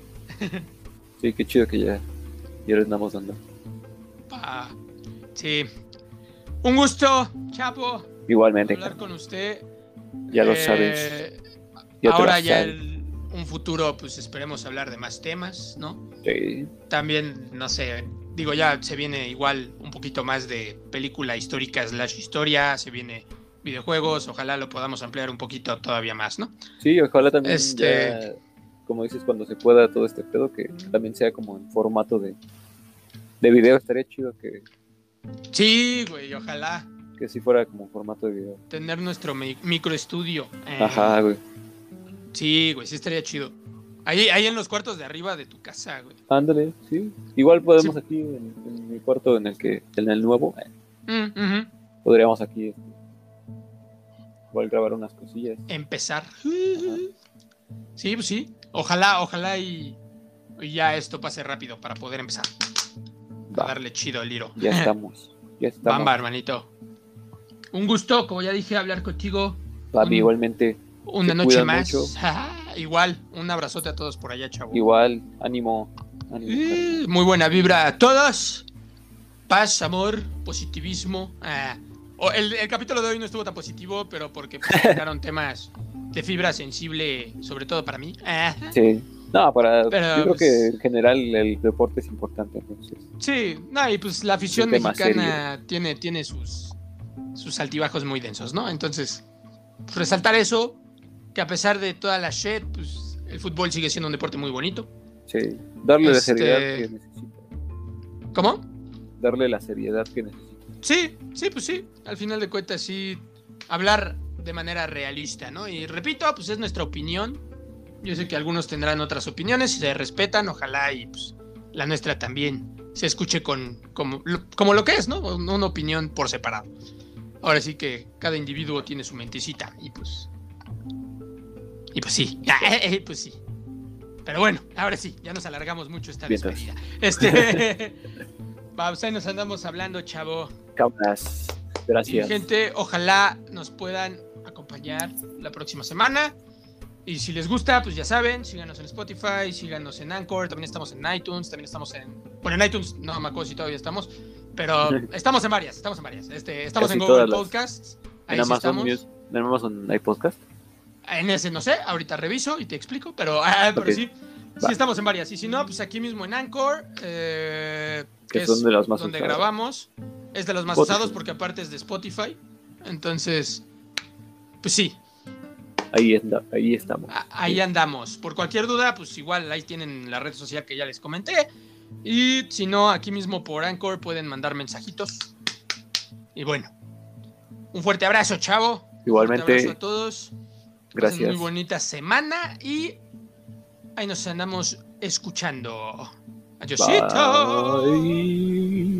Sí, qué chido que ya, ya le andamos dando. Pa. Sí. Un gusto, Chapo. Igualmente. Hablar con usted. Ya lo eh, sabes. Ya ahora ya el, un futuro, pues esperemos hablar de más temas, ¿no? Sí. También, no sé, digo, ya se viene igual un poquito más de película histórica slash historia, se viene videojuegos, ojalá lo podamos ampliar un poquito todavía más, ¿no? Sí, ojalá también este... ya, como dices, cuando se pueda todo este pedo, que también sea como en formato de, de video, estaría chido que... Sí, güey, ojalá. Que si fuera como formato de video. Tener nuestro mi- microestudio. Eh... Ajá, güey. Sí, güey, sí estaría chido. Ahí, ahí en los cuartos de arriba de tu casa, güey. Ándale, sí. Igual podemos sí. aquí en, en mi cuarto en el que, en el nuevo, eh, mm, uh-huh. podríamos aquí este, igual grabar unas cosillas. Empezar. Ajá. Sí, pues sí. Ojalá, ojalá y, y ya esto pase rápido para poder empezar. Va. A darle chido al Liro. Ya estamos. Ya estamos. Bamba, hermanito. Un gusto, como ya dije, hablar contigo. Papi, igualmente. Una noche más. Igual, un abrazote a todos por allá, chavo. Igual, ánimo. ánimo eh, muy buena vibra a todos. Paz, amor, positivismo. Ah, el, el capítulo de hoy no estuvo tan positivo, pero porque presentaron temas de fibra sensible, sobre todo para mí. Ah. Sí. No, para. Pero, yo creo pues, que en general el deporte es importante. Entonces. Sí, no, y pues la afición mexicana tiene, tiene sus, sus altibajos muy densos, ¿no? Entonces, pues, resaltar eso. Que a pesar de toda la shit, pues el fútbol sigue siendo un deporte muy bonito. Sí, darle este... la seriedad que necesita. ¿Cómo? Darle la seriedad que necesita. Sí, sí, pues sí. Al final de cuentas, sí, hablar de manera realista, ¿no? Y repito, pues es nuestra opinión. Yo sé que algunos tendrán otras opiniones y se respetan, ojalá y pues la nuestra también se escuche con como, como lo que es, ¿no? Una opinión por separado. Ahora sí que cada individuo tiene su mentecita y pues... Y pues sí, pues sí. Pero bueno, ahora sí, ya nos alargamos mucho esta Bien, despedida. Este, vamos, ahí nos andamos hablando, chavo. Cabras, gracias. Y gente, ojalá nos puedan acompañar la próxima semana. Y si les gusta, pues ya saben, síganos en Spotify, síganos en Anchor, también estamos en iTunes, también estamos en... Bueno, en iTunes no me acuerdo si todavía estamos, pero estamos en varias, estamos en varias. Este, estamos Casi en Google las... Podcasts. Ahí en sí Amazon estamos. News, en Amazon hay podcast. En ese no sé, ahorita reviso y te explico, pero, ah, pero okay. sí, Va. sí estamos en varias. Y si no, pues aquí mismo en Anchor, eh, que, que son es de las más donde usadas. grabamos. Es de los más Spotify. usados porque aparte es de Spotify. Entonces, pues sí. Ahí, anda, ahí estamos. A- ahí andamos. Por cualquier duda, pues igual ahí tienen la red social que ya les comenté. Y si no, aquí mismo por Anchor pueden mandar mensajitos. Y bueno, un fuerte abrazo, chavo. Igualmente. Un fuerte abrazo a todos. Gracias. Pasen muy bonita semana y ahí nos andamos escuchando. Adiósito. Bye.